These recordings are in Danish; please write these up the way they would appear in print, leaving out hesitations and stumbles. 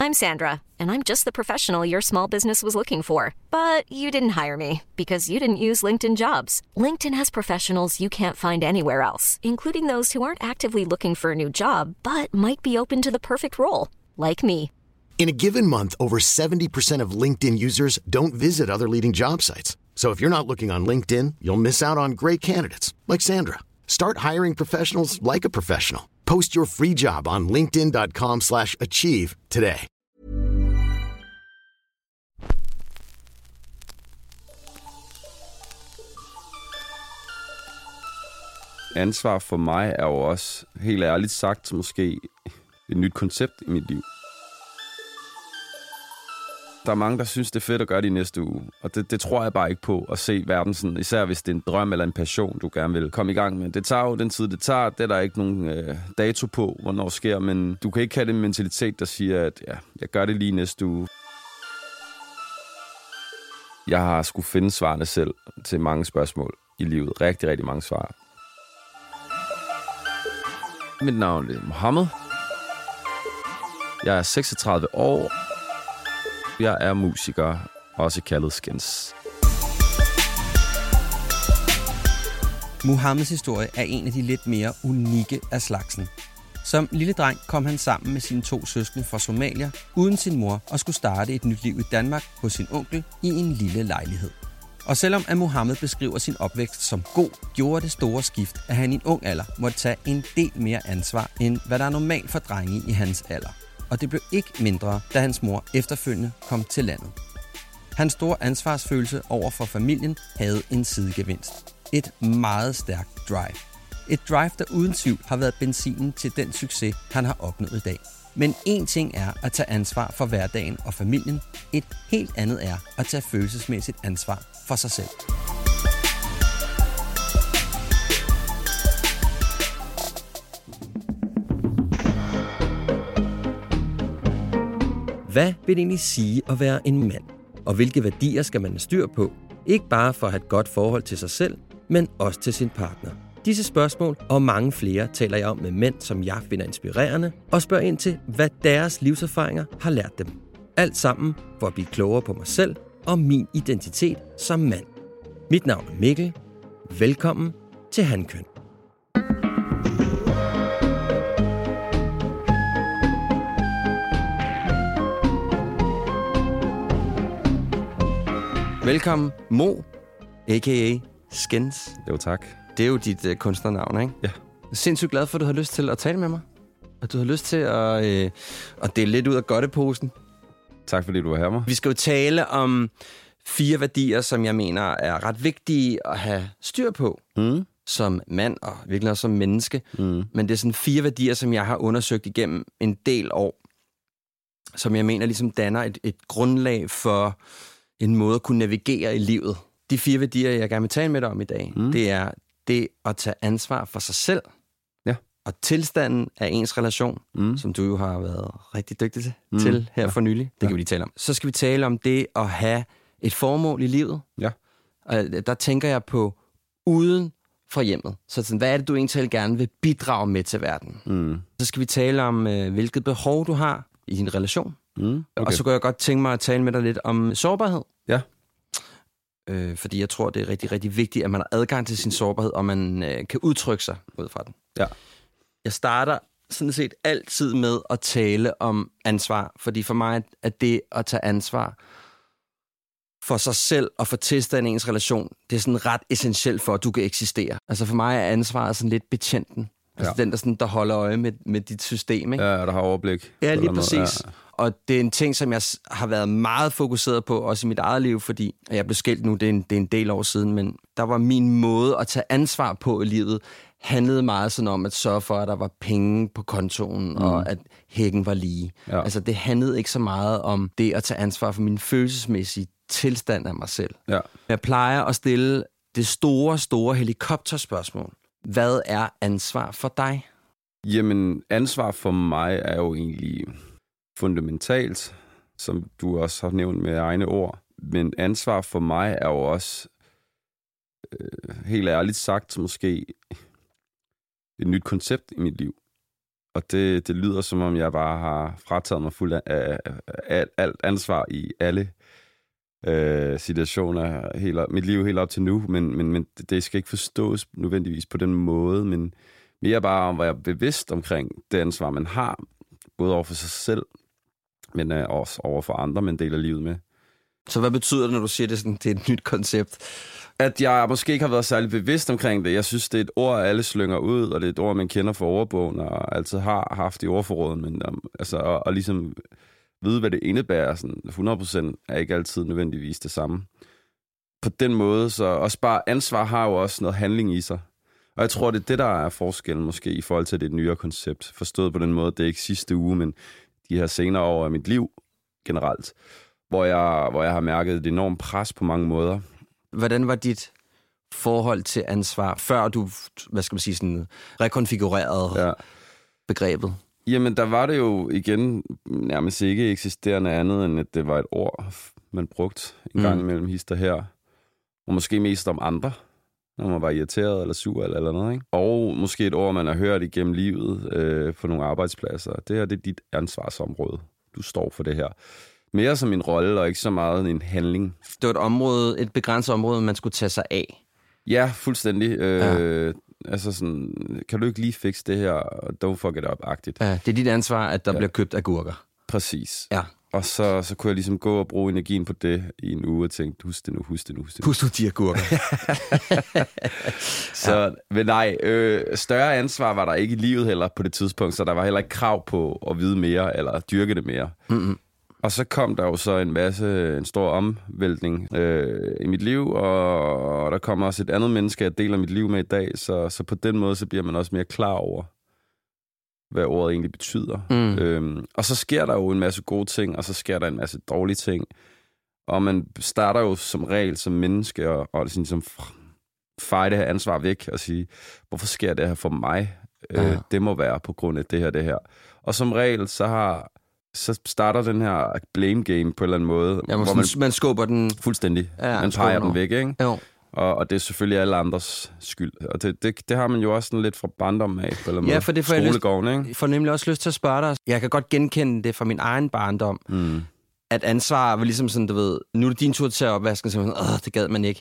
I'm Sandra, and I'm just the professional your small business was looking for. But you didn't hire me because you didn't use LinkedIn Jobs. LinkedIn has professionals you can't find anywhere else, including those who aren't actively looking for a new job, but might be open to the perfect role, like me. In a given month, over 70% of LinkedIn users don't visit other leading job sites. So if you're not looking on LinkedIn, you'll miss out on great candidates like Sandra. Start hiring professionals like a professional. Post your free job on linkedin.com/achieve today. Ansvar for mig er jo også, helt ærligt sagt, måske et nyt koncept i mit liv. Der er mange, der synes, det er fedt at gøre det i næste uge, og det tror jeg bare ikke på at se verden sådan, især hvis det er en drøm eller en passion, du gerne vil komme i gang med. Det tager jo den tid, det tager. Det er der ikke nogen dato på, hvornår det sker, men du kan ikke have den mentalitet, der siger, at ja, jeg gør det lige næste uge. Jeg har skulle finde svarene selv til mange spørgsmål i livet. Rigtig, rigtig mange svar. Mit navn er Mohammed. Jeg er 36 år. Jeg er musiker, også kaldet Skins. Mohammeds historie er en af de lidt mere unikke af slagsen. Som lille dreng kom han sammen med sine 2 søskende fra Somalia, uden sin mor, og skulle starte et nyt liv i Danmark hos sin onkel i en lille lejlighed. Og selvom at Mohammed beskriver sin opvækst som god, gjorde det store skift, at han i en ung alder måtte tage en del mere ansvar, end hvad der er normalt for drenge i hans alder. Og det blev ikke mindre, da hans mor efterfølgende kom til landet. Hans store ansvarsfølelse over for familien havde en sidegevinst. Et meget stærkt drive. Et drive, der uden tvivl har været benzinen til den succes, han har opnået i dag. Men én ting er at tage ansvar for hverdagen og familien. Et helt andet er at tage følelsesmæssigt ansvar for sig selv. Hvad vil det egentlig sige at være en mand? Og hvilke værdier skal man have styr på? Ikke bare for at have et godt forhold til sig selv, men også til sin partner. Disse spørgsmål og mange flere taler jeg om med mænd, som jeg finder inspirerende, og spørger ind til, hvad deres livserfaringer har lært dem. Alt sammen for at blive klogere på mig selv og min identitet som mand. Mit navn er Mikkel. Velkommen til Hankøn. Velkommen, Mo, a.k.a. Skins. Jo, tak. Det er jo dit kunstnernavn, ikke? Ja. Jeg er sindssygt glad for, at du har lyst til at tale med mig. At du har lyst til at dele lidt ud af godteposen. Tak fordi du var her med. Vi skal jo tale om 4 værdier, som jeg mener er ret vigtige at have styr på. Som mand og virkelig også som menneske. Men det er sådan 4 værdier, som jeg har undersøgt igennem en del år. Som jeg mener ligesom danner et grundlag for en måde at kunne navigere i livet. De 4 værdier, jeg gerne vil tale med dig om i dag, det er det at tage ansvar for sig selv, og tilstanden af ens relation, som du jo har været rigtig dygtig til her for nylig. Det kan vi lige tale om. Så skal vi tale om det at have et formål i livet. Ja. Og der tænker jeg på uden for hjemmet. Så sådan, hvad er det, du egentlig gerne vil bidrage med til verden? Så skal vi tale om, hvilket behov du har i din relation. Okay. Og så kunne jeg godt tænke mig at tale med dig lidt om sårbarhed. Ja. Fordi jeg tror, det er rigtig, rigtig vigtigt, at man har adgang til sin sårbarhed, og man kan udtrykke sig ud fra den. Ja. Jeg starter sådan set altid med at tale om ansvar, fordi for mig er det at tage ansvar for sig selv og for tilstanden i ens relation, det er sådan ret essentielt for, at du kan eksistere. Altså for mig er ansvaret sådan lidt betjenten. Altså den, der holder øje med dit system, ikke? Ja, der har overblik. Ja, lige præcis. Ja. Og det er en ting, som jeg har været meget fokuseret på, også i mit eget liv, fordi jeg blev skilt nu, det er en del år siden, men der var min måde at tage ansvar på i livet, handlede meget sådan om at sørge for, at der var penge på kontoen, og at hækken var lige. Ja. Altså det handlede ikke så meget om det at tage ansvar for min følelsesmæssige tilstand af mig selv. Ja. Jeg plejer at stille det store helikopterspørgsmål. Hvad er ansvar for dig? Jamen, ansvar for mig er jo egentlig fundamentalt, som du også har nævnt med egne ord. Men ansvar for mig er jo også, helt ærligt sagt, måske et nyt koncept i mit liv. Og det lyder, som om jeg bare har frataget mig fuld af alt ansvar i alle situationer, mit liv helt op til nu, men det skal ikke forstås nødvendigvis på den måde, men mere bare om, at jeg er bevidst omkring det ansvar, man har, både over for sig selv, men også over for andre, man deler livet med. Så hvad betyder det, når du siger, det er et nyt koncept? At jeg måske ikke har været særlig bevidst omkring det. Jeg synes, det er et ord, alle slynger ud, og det er et ord, man kender fra ordbogen, og altid har haft i ordforråden, men og ligesom vide, hvad det indebærer, sådan 100% er ikke altid nødvendigvis det samme. På den måde, så også bare ansvar har jo også noget handling i sig. Og jeg tror, det er det, der er forskellen måske i forhold til det nyere koncept. Forstået på den måde, det er ikke sidste uge, men de her senere år af mit liv generelt, hvor jeg har mærket et enormt pres på mange måder. Hvordan var dit forhold til ansvar, før du, sådan rekonfigurerede begrebet? Jamen, der var det jo igen nærmest ikke eksisterende andet, end at det var et ord, man brugte en gang imellem hister her. Og måske mest om andre, når man var irriteret eller sur eller noget, ikke? Og måske et ord, man har hørt igennem livet på nogle arbejdspladser. Det her, det er dit ansvarsområde. Du står for det her. Mere som en rolle, og ikke så meget en handling. Det var et begrænset område, man skulle tage sig af. Ja, fuldstændig. Altså sådan, kan du ikke lige fikse det her, don't fuck it up-agtigt. Ja, det er dit ansvar, at der bliver købt agurker. Præcis. Ja. Og så kunne jeg ligesom gå og bruge energien på det i en uge og tænke, husk det nu. Husk du de agurker. Men nej, større ansvar var der ikke i livet heller på det tidspunkt, så der var heller ikke krav på at vide mere eller dyrke det mere. Mm-hmm. Og så kom der jo så en stor omvæltning i mit liv, og der kommer også et andet menneske, jeg deler mit liv med i dag, så på den måde, så bliver man også mere klar over, hvad ordet egentlig betyder. Og så sker der jo en masse gode ting, og så sker der en masse dårlige ting. Og man starter jo som regel som menneske, og ligesom feje det her ansvar væk, og sige, hvorfor sker det her for mig? Det må være på grund af det her. Og som regel, så starter den her blame game på en eller anden måde. Ja, hvor man skubber den... Fuldstændig. Ja, man peger den væk, ikke? Jo. Og det er selvfølgelig alle andres skyld. Og det har man jo også sådan lidt fra barndom af, på en eller anden måde. Ja, for det skolegården, ikke? Jeg får nemlig også lyst til at spørge dig. Jeg kan godt genkende det fra min egen barndom. At ansvar var ligesom sådan, du ved, nu er det din tur til at opvaske, så det gad man ikke.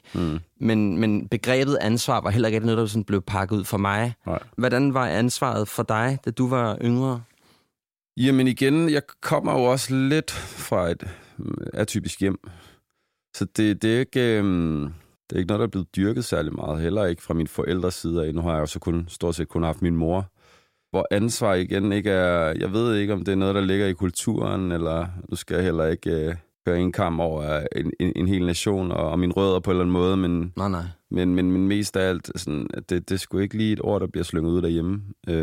Men begrebet ansvar var heller ikke noget, der sådan blev pakket ud for mig. Nej. Hvordan var ansvaret for dig, da du var yngre? Jamen igen, jeg kommer jo også lidt fra et atypisk hjem. Så det er ikke noget, der er blevet dyrket særlig meget. Heller ikke fra mine forældres side af. Nu har jeg jo så stort set kun haft min mor. Hvor ansvar igen ikke er... Jeg ved ikke, om det er noget, der ligger i kulturen, eller nu skal jeg heller ikke køre en kamp over en hel nation og mine rødder på en eller anden måde. Men, nej. Men mest af alt, sådan, at det er sgu ikke lige et ord, der bliver slynget ud derhjemme.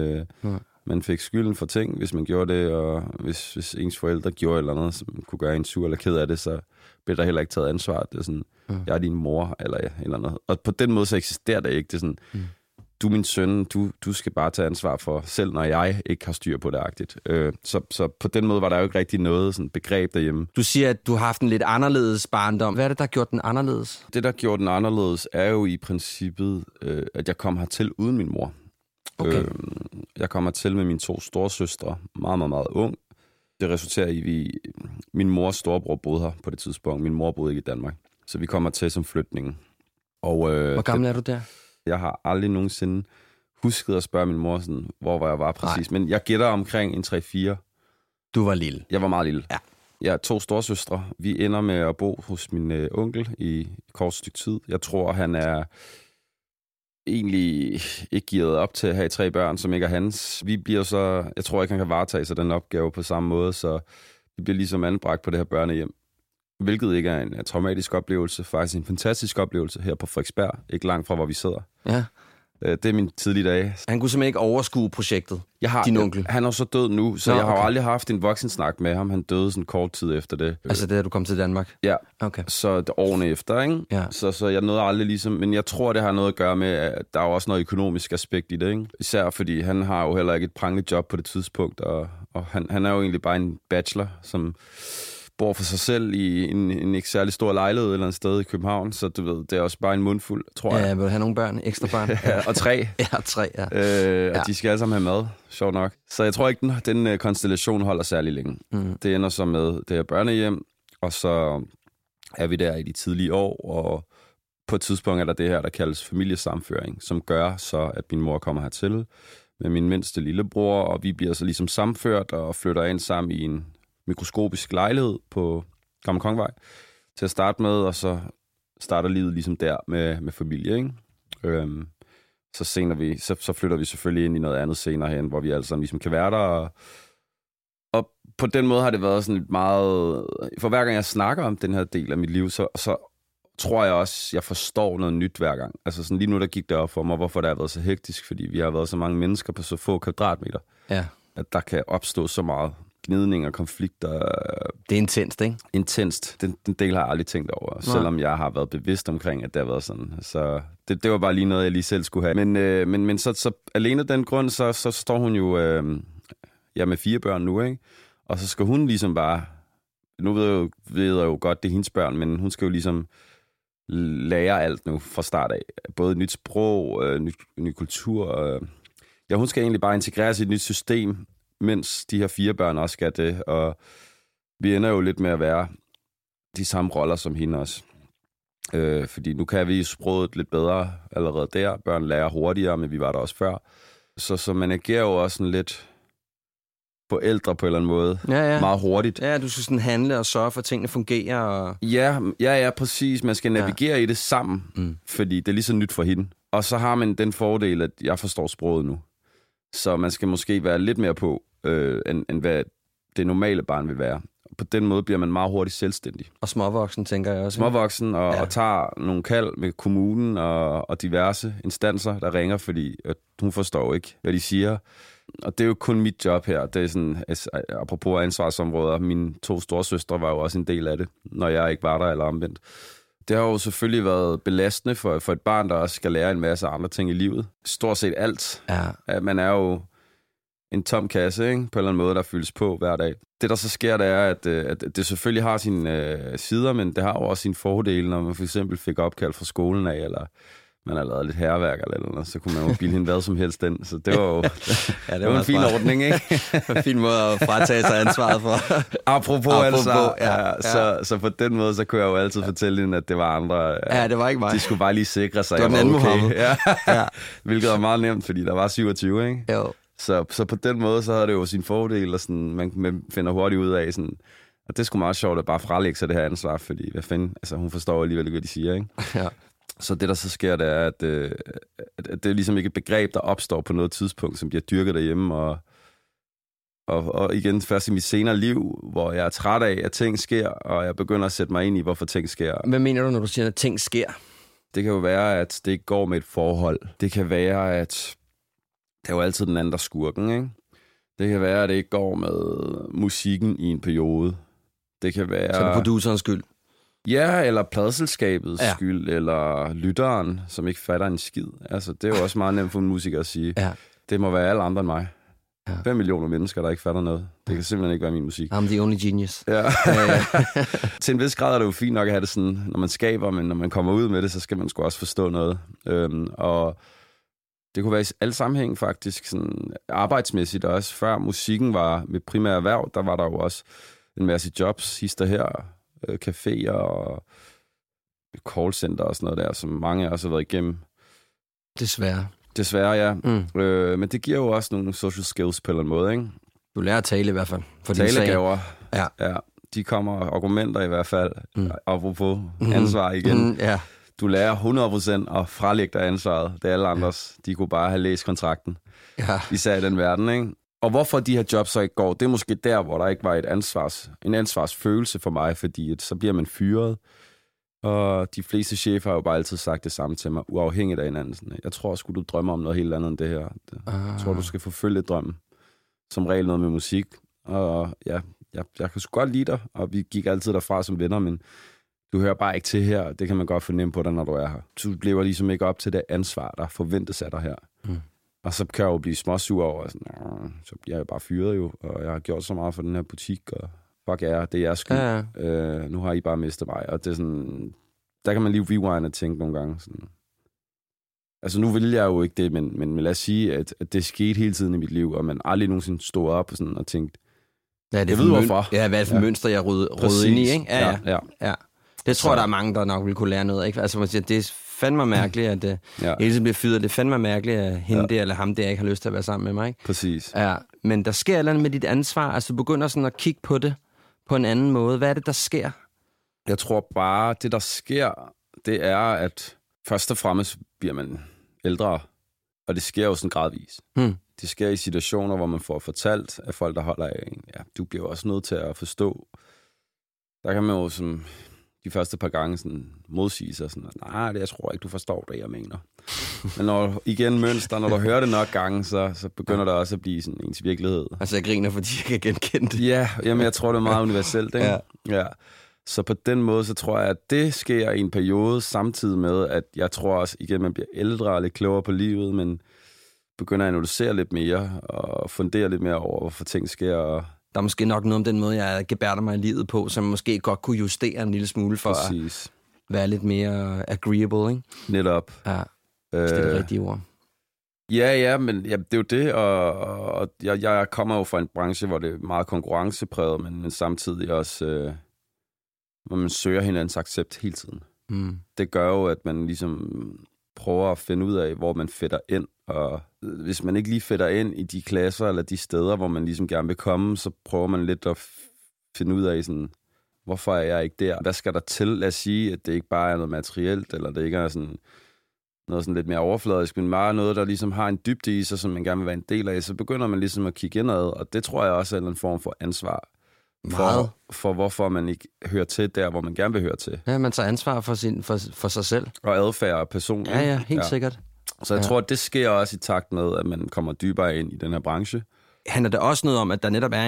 Man fik skylden for ting, hvis man gjorde det, og hvis ens forældre gjorde eller andet, som kunne gøre en sur eller ked af det, så blev der heller ikke taget ansvar. Det er sådan, jeg er din mor, eller noget. Og på den måde så eksisterer det ikke. Det er sådan, du er min søn, du skal bare tage ansvar for, selv når jeg ikke har styr på det-agtigt. Så på den måde var der jo ikke rigtig noget sådan begreb derhjemme. Du siger, at du har haft en lidt anderledes barndom. Hvad er det, der har gjort den anderledes? Det, der gjorde den anderledes, er jo i princippet, at jeg kom hertil uden min mor. Okay. Jeg kommer til med mine 2 storesøstre, meget, meget, meget ung. Det resulterer i, min mors storebror boede her på det tidspunkt. Min mor boede ikke i Danmark. Så vi kommer til som flygtninge. Hvor gammel er du der? Jeg har aldrig nogensinde husket at spørge min mor, sådan, hvor jeg var præcis. Nej. Men jeg gætter omkring en 3-4. Du var lille? Jeg var meget lille. Ja. Jeg har 2 storesøstre. Vi ender med at bo hos min onkel i et kort stykke tid. Jeg tror, han er egentlig ikke givet op til at have 3 børn, som ikke er hans. Vi bliver så... Jeg tror ikke, han kan varetage sig den opgave på samme måde, så vi bliver ligesom anbragt på det her børnehjem. Hvilket ikke er en traumatisk oplevelse, faktisk en fantastisk oplevelse her på Frederiksberg, ikke langt fra, hvor vi sidder. Ja. Det er mine tidlige dage. Han kunne simpelthen ikke overskue projektet, din onkel? Han er så død nu, så jeg har jo aldrig haft en voksensnak med ham. Han døde sådan kort tid efter det. Altså det, da du kom til Danmark? Ja, okay. Så det årene efter, ikke? Ja. Så jeg nåede aldrig ligesom... Men jeg tror, det har noget at gøre med, at der er også noget økonomisk aspekt i det, ikke? Især fordi han har jo heller ikke et prangende job på det tidspunkt, og han er jo egentlig bare en bachelor, som bor for sig selv i en ikke særlig stor lejlighed eller et sted i København, så du ved, det er også bare en mundfuld, tror jeg. Ja, vil du have nogle børn? Ekstra børn? Og 3. Ja, 3, ja. Og de skal alle sammen have mad, sjovt nok. Så jeg tror ikke, den konstellation holder særlig længe. Det ender så med det her børnehjem, og så er vi der i de tidlige år, og på et tidspunkt er der det her, der kaldes familiesammenføring, som gør så, at min mor kommer hertil med min mindste lillebror, og vi bliver så ligesom sammenført og flytter ind sammen i en mikroskopisk lejlighed på Gammel Kongevej til at starte med, og så starter livet ligesom der med familie, ikke? Så flytter vi selvfølgelig ind i noget andet senere hen, hvor vi alle sammen ligesom kan være der, og på den måde har det været sådan lidt meget... For hver gang jeg snakker om den her del af mit liv, så tror jeg også, jeg forstår noget nyt hver gang. Altså sådan lige nu, der gik det op for mig, hvorfor det har været så hektisk, fordi vi har været så mange mennesker på så få kvadratmeter, at der kan opstå så meget gnidning og konflikter. Det er intenst, ikke? Intenst. Den del har jeg aldrig tænkt over, selvom jeg har været bevidst omkring, at det har været sådan. Så det var bare lige noget, jeg lige selv skulle have. Men så alene den grund, så står hun jo med 4 børn nu, ikke? Og så skal hun ligesom bare... Nu ved jeg jo godt, det er hendes børn, men hun skal jo ligesom lære alt nu fra start af. Både nyt sprog, ny kultur. Hun skal egentlig bare integreres i et nyt system, mens de her 4 børn også skal det. Og vi ender jo lidt med at være de samme roller som hende også. Fordi nu kan vi sproget lidt bedre allerede der. Børn lærer hurtigere, men vi var der også før. Så man agerer jo også sådan lidt forældre på en eller anden måde. Ja. Meget hurtigt. Ja, du skal sådan handle og sørge for, at tingene fungerer. Og... Ja, præcis. Man skal navigere i det sammen, fordi det er lige så nyt for hende. Og så har man den fordel, at jeg forstår sproget nu. Så man skal måske være lidt mere på, end hvad det normale barn vil være. På den måde bliver man meget hurtigt selvstændig. Og småvoksen, tænker jeg også. Småvoksen, og tager nogle kald med kommunen og diverse instanser, der ringer, fordi hun forstår ikke, hvad de siger. Og det er jo kun mit job her. Det er sådan, apropos ansvarsområder, mine 2 storesøstre var jo også en del af det, når jeg ikke var der eller omvendt. Det har jo selvfølgelig været belastende for et barn, der også skal lære en masse andre ting i livet. Stort set alt. Ja. Man er jo en tom kasse, ikke? På en eller anden måde, der fyldes på hver dag. Det, der så sker, det er, at det selvfølgelig har sine sider, men det har jo også sine fordele, når man for eksempel fik opkald fra skolen af, eller man har lavet lidt hærværk eller noget, så kunne man jo bilde hende hvad som helst den. Så det var jo det var en fin ordning, ikke? En fin måde at fratage sig ansvaret for. Apropos altså. Så på den måde, så kunne jeg jo altid fortælle hende, at det var andre. Ja, det var ikke mig. De skulle bare lige sikre sig. Det var den anden okay. Ja. Hvilket var meget nemt, fordi der var 27, ikke? Jo. Så på den måde, så havde det jo sin fordel, og sådan, man finder hurtigt ud af sådan... Og det er sgu meget sjovt at bare frelægge sig det her ansvar, fordi hvad fanden, altså hun forstår alligevel ikke, hvad de siger, ikke? Ja. Så det, der så sker, det er, at det er ligesom ikke et begreb, der opstår på noget tidspunkt, som bliver dyrket derhjemme, og igen først i mit senere liv, hvor jeg er træt af, at ting sker, og jeg begynder at sætte mig ind i, hvorfor ting sker. Hvad mener du, når du siger, at ting sker? Det kan jo være, at det ikke går med et forhold. Det kan være, at det er jo altid den anden, der skurken, ikke? Det kan være, at det ikke går med musikken i en periode. Det kan være... Så er det producerens skyld? Ja, eller pladeselskabets skyld, eller lytteren, som ikke fatter en skid. Altså, det er jo også meget nemt for en musiker at sige. Ja. Det må være alle andre end mig. Ja. 5 millioner mennesker, der ikke fatter noget. Det kan simpelthen ikke være min musik. I'm the only genius. Ja. Til en vis grad er det jo fint nok at have det sådan, når man skaber, men når man kommer ud med det, så skal man sgu også forstå noget. Og det kunne være i alle sammenhæng faktisk, sådan arbejdsmæssigt også. Før musikken var mit primære erhverv, der var der jo også en masse jobs, hister her, caféer og callcenter og sådan noget der, som mange af os har været igennem. Desværre, ja. Men det giver jo også nogle social skills på en eller anden måde, ikke? Du lærer at tale i hvert fald. For talegaver. Ja. De kommer argumenter i hvert fald. Apropos ansvar igen. Ja. Du lærer 100% at frelægge dig ansvaret. Det er alle andres. De kunne bare have læst kontrakten. Ja. Især i den verden, ikke? Og hvorfor de her jobs så ikke går, det er måske der, hvor der ikke var en ansvarsfølelse for mig, fordi så bliver man fyret. Og de fleste chefer har jo bare altid sagt det samme til mig, uafhængigt af hinanden. Sådan, jeg tror sgu, du drømmer om noget helt andet end det her. Jeg tror, du skal forfølge drømmen. Som regel noget med musik. Og ja, jeg kan sgu godt lide dig, og vi gik altid derfra som venner, men du hører bare ikke til her. Det kan man godt fornemme på dig, når du er her. Du lever ligesom ikke op til det ansvar, der forventes af dig her. Og så kan jeg jo blive småsur over, sådan, så bliver jeg bare fyret jo, og jeg har gjort så meget for den her butik, og fuck jer, det er jeres skyld. Ja. Nu har I bare mistet mig. Og det er sådan, der kan man lige rewind og tænke nogle gange. Sådan. Altså nu vil jeg jo ikke det, men lad os sige, at det skete hele tiden i mit liv, og man aldrig nogensinde stod op og, sådan, og tænkte, hvad jeg ved hvorfor. Ja, hvad er det for mønster, jeg rød ind i, ikke? Ja. Det tror jeg, der er mange, der nok vil kunne lære noget af, ikke? Altså man siger, det er fandme mærkeligt, at det hele tiden bliver fyret. Det er fandme mærkeligt, at hende der eller ham der ikke har lyst til at være sammen med mig, ikke? Præcis. Ja, men der sker et eller andet med dit ansvar. Altså du begynder sådan at kigge på det på en anden måde. Hvad er det, der sker? Jeg tror bare, det der sker, det er, at først og fremmest bliver man ældre, og det sker jo sådan gradvis. Det sker i situationer, hvor man får fortalt af folk, der holder af en. Ja, du bliver også nødt til at forstå. Der kan man jo som de første par gange sådan modsige sig sådan, nej, jeg tror ikke, du forstår det, jeg mener. Men når igen mønster, når du hører det nok gange, så begynder det også at blive sådan ens virkelighed. Altså jeg griner, fordi jeg kan genkende det. Ja, jamen jeg tror, det er meget universelt, ikke? Ja. Så på den måde, så tror jeg, at det sker i en periode, samtidig med, at jeg tror også, igen, man bliver ældre og lidt klogere på livet, men begynder at analysere lidt mere og fundere lidt mere over, hvorfor ting sker. Og der er måske nok noget om den måde, jeg gebærder mig i livet på, som måske godt kunne justere en lille smule for at være lidt mere agreeable, ikke? Netop. Ja, det er det rigtige ord. Ja, men ja, det er jo det, og jeg kommer jo fra en branche, hvor det er meget konkurrencepræget, men samtidig også, hvor man søger hinandens accept hele tiden. Det gør jo, at man ligesom prøver at finde ud af, hvor man fætter ind, og hvis man ikke lige fætter ind i de klasser eller de steder, hvor man ligesom gerne vil komme, så prøver man lidt at finde ud af sådan, hvorfor er jeg ikke der? Hvad skal der til? Lad os sige, at det ikke bare er noget materielt, eller det ikke er sådan noget sådan lidt mere overfladisk, men bare noget, der ligesom har en dybde i sig, som man gerne vil være en del af, så begynder man ligesom at kigge indad, og det tror jeg også er en form for ansvar. For hvorfor man ikke hører til der, hvor man gerne vil høre til. Ja, man tager ansvar for sig selv. Og adfærd og person. Ja, helt sikkert. Så jeg tror, at det sker også i takt med, at man kommer dybere ind i den her branche. Handler det også noget om, at der netop er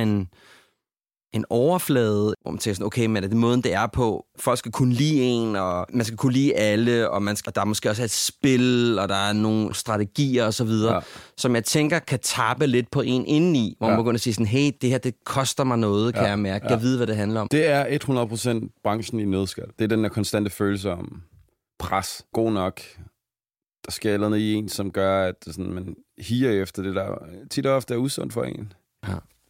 en overflade, hvor man tænker sådan, okay, men er det måden, det er på? Folk skal kunne lide en, og man skal kunne lide alle, og der er måske også et spil, og der er nogle strategier og så videre, som jeg tænker kan tappe lidt på en indeni, hvor man begynder at sige sådan, hey, det her, det koster mig noget, kan jeg mærke. Jeg ved, hvad det handler om. Det er 100% branchen i nødskal. Det er den der konstante følelse om pres. God nok. Der sker et eller andet i en, som gør, at sådan, man higer efter det, der tit og ofte er usundt for en. Ja.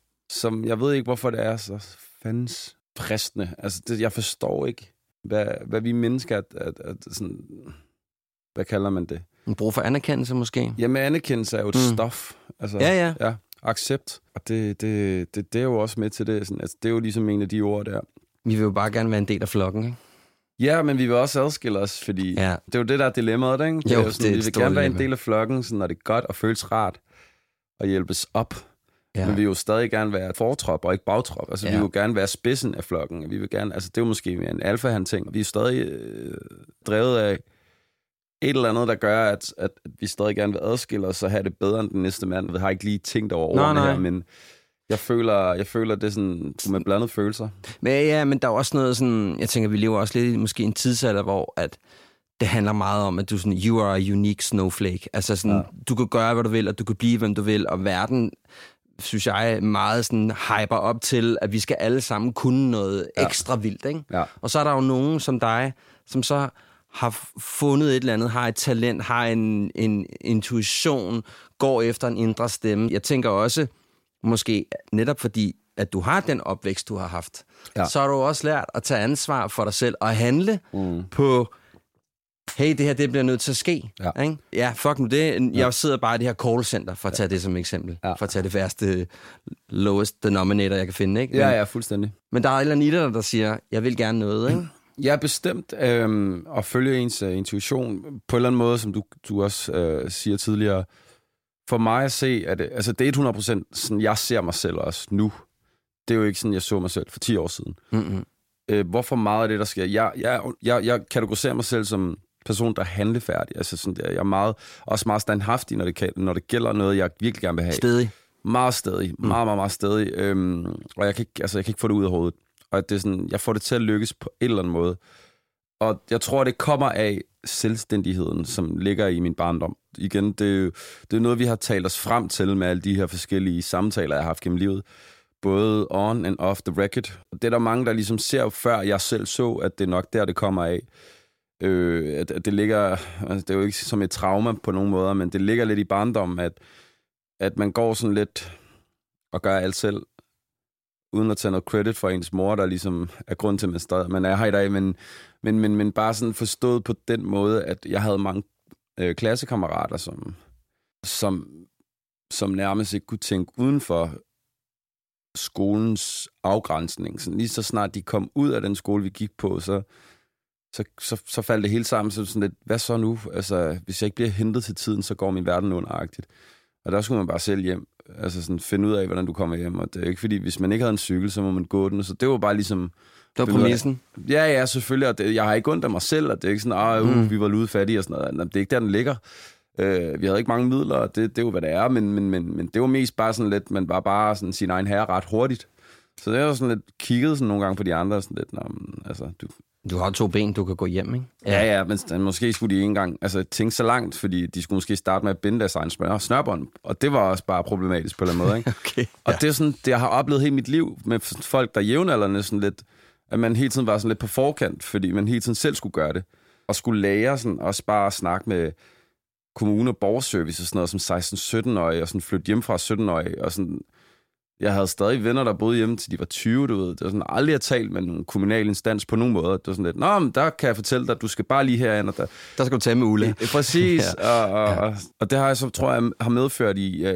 Som jeg ved ikke, hvorfor det er så fandens fristende. Altså, jeg forstår ikke, hvad vi mennesker at sådan, hvad kalder man det? En brug for anerkendelse måske? Jamen, anerkendelse er jo et stof. Altså, ja. Accept. Og det er jo også med til det. Sådan, altså, det er jo ligesom en af de ord der. Vi vil jo bare gerne være en del af flokken, ikke? Ja, men vi vil også adskille os, fordi det er jo det, der er dilemmaet, ikke? Det er jo sådan, vi vil gerne være en del af flokken, sådan, når det er godt og føles rart og hjælpes op. Ja. Men vi vil jo stadig gerne være fortrop og ikke bagtrop. Altså, vi vil jo gerne være spidsen af flokken. Vi vil gerne, altså, det er jo måske mere en alfa-han-ting. Vi er stadig drevet af et eller andet, der gør, at vi stadig gerne vil adskille os og have det bedre end den næste mand. Jeg har ikke lige tænkt over ordene her, men jeg føler det er sådan med blandede følelser. Men der er også noget sådan, jeg tænker, vi lever også lidt måske i en tidsalder, hvor at det handler meget om, at du sådan, you are a unique snowflake. Altså sådan, du kan gøre, hvad du vil, og du kan blive, hvem du vil, og verden, synes jeg, meget sådan hyper op til, at vi skal alle sammen kunne noget ekstra vildt, ikke? Ja. Og så er der jo nogen som dig, som så har fundet et eller andet, har et talent, har en intuition, går efter en indre stemme. Jeg tænker også, måske netop fordi, at du har den opvækst, du har haft, så har du også lært at tage ansvar for dig selv og handle på, hey, det her, det bliver nødt til at ske. Ja, ikke? Ja, fuck nu det. Jeg sidder bare i det her callcenter, for at tage det som eksempel. Ja. For at tage det værste, lowest denominator, jeg kan finde, ikke? Men, ja, fuldstændig. Men der er et eller andet i dig, der siger, jeg vil gerne noget, ikke? Ja, bestemt. At følge ens intuition på en eller anden måde, som du også siger tidligere. For mig at se, at altså, det er 100% sådan, jeg ser mig selv også nu. Det er jo ikke sådan, jeg så mig selv for 10 år siden. Hvorfor meget af det, der sker? Jeg kategoriserer mig selv som person, der er handlefærdig. Altså sådan der, jeg er også meget standhaftig, når det gælder noget, jeg virkelig gerne vil have. Stedig. Meget stedig. Meget stedig. Og jeg kan ikke få det ud af hovedet. Og det er sådan, jeg får det til at lykkes på en eller anden måde. Og jeg tror, det kommer af selvstændigheden, som ligger i min barndom. Igen, det er noget, vi har talt os frem til med alle de her forskellige samtaler, jeg har haft gennem livet. både on and off the record. Og det er der mange, der ligesom ser, før jeg selv så, at det er nok der, det kommer af. At det ligger, altså det er jo ikke som et trauma på nogen måder, men det ligger lidt i barndommen, at man går sådan lidt og gør alt selv, uden at tage noget credit for ens mor, der ligesom er grund til, at man er her i dag, men bare sådan forstået på den måde, at jeg havde mange klassekammerater, som nærmest ikke kunne tænke uden for skolens afgrænsning. Så lige så snart de kom ud af den skole, vi gik på, så faldt det hele sammen. Så sådan lidt, hvad så nu? Altså, hvis jeg ikke bliver hentet til tiden, så går min verden underagtigt. Og der skulle man bare selv hjem. Altså sådan finde ud af, hvordan du kommer hjem. Og det er ikke fordi, hvis man ikke havde en cykel, så må man gå den. Så det var bare ligesom... Det var præmissen? Ja, selvfølgelig. Og jeg har ikke ondt af mig selv, og det er ikke sådan, vi var ludefattige og sådan noget. Det er ikke der, den ligger. Vi havde ikke mange midler, og det er jo, hvad det er. Men det var mest bare sådan lidt, man var bare sådan sin egen herre ret hurtigt. Så det var sådan lidt kigget sådan nogle gange på de andre. Sådan lidt, altså, Du har 2 ben, du kan gå hjem, ikke? Ja, men måske skulle de ikke engang tænke så langt, fordi de skulle måske starte med at binde deres egen snørbånd. Og det var også bare problematisk på en eller anden måde, ikke? Okay, og det er sådan, det jeg har oplevet hele mit liv med folk, der jævnaldrende sådan lidt, at man hele tiden var sådan lidt på forkant, fordi man hele tiden selv skulle gøre det. Og skulle lære sådan, også bare at snakke med kommune- og borgerservice og sådan noget, som 16-17-årige, og sådan flytte hjem fra 17-årige, og sådan... Jeg havde stadig venner, der boede hjemme, til de var 20, du ved. Det var sådan, aldrig at tale med en kommunal instans på nogen måde. Det var sådan lidt, men der kan jeg fortælle dig, du skal bare lige herind. Og der skal du tage med Ulle. Præcis, og det har jeg så, tror jeg, har medført i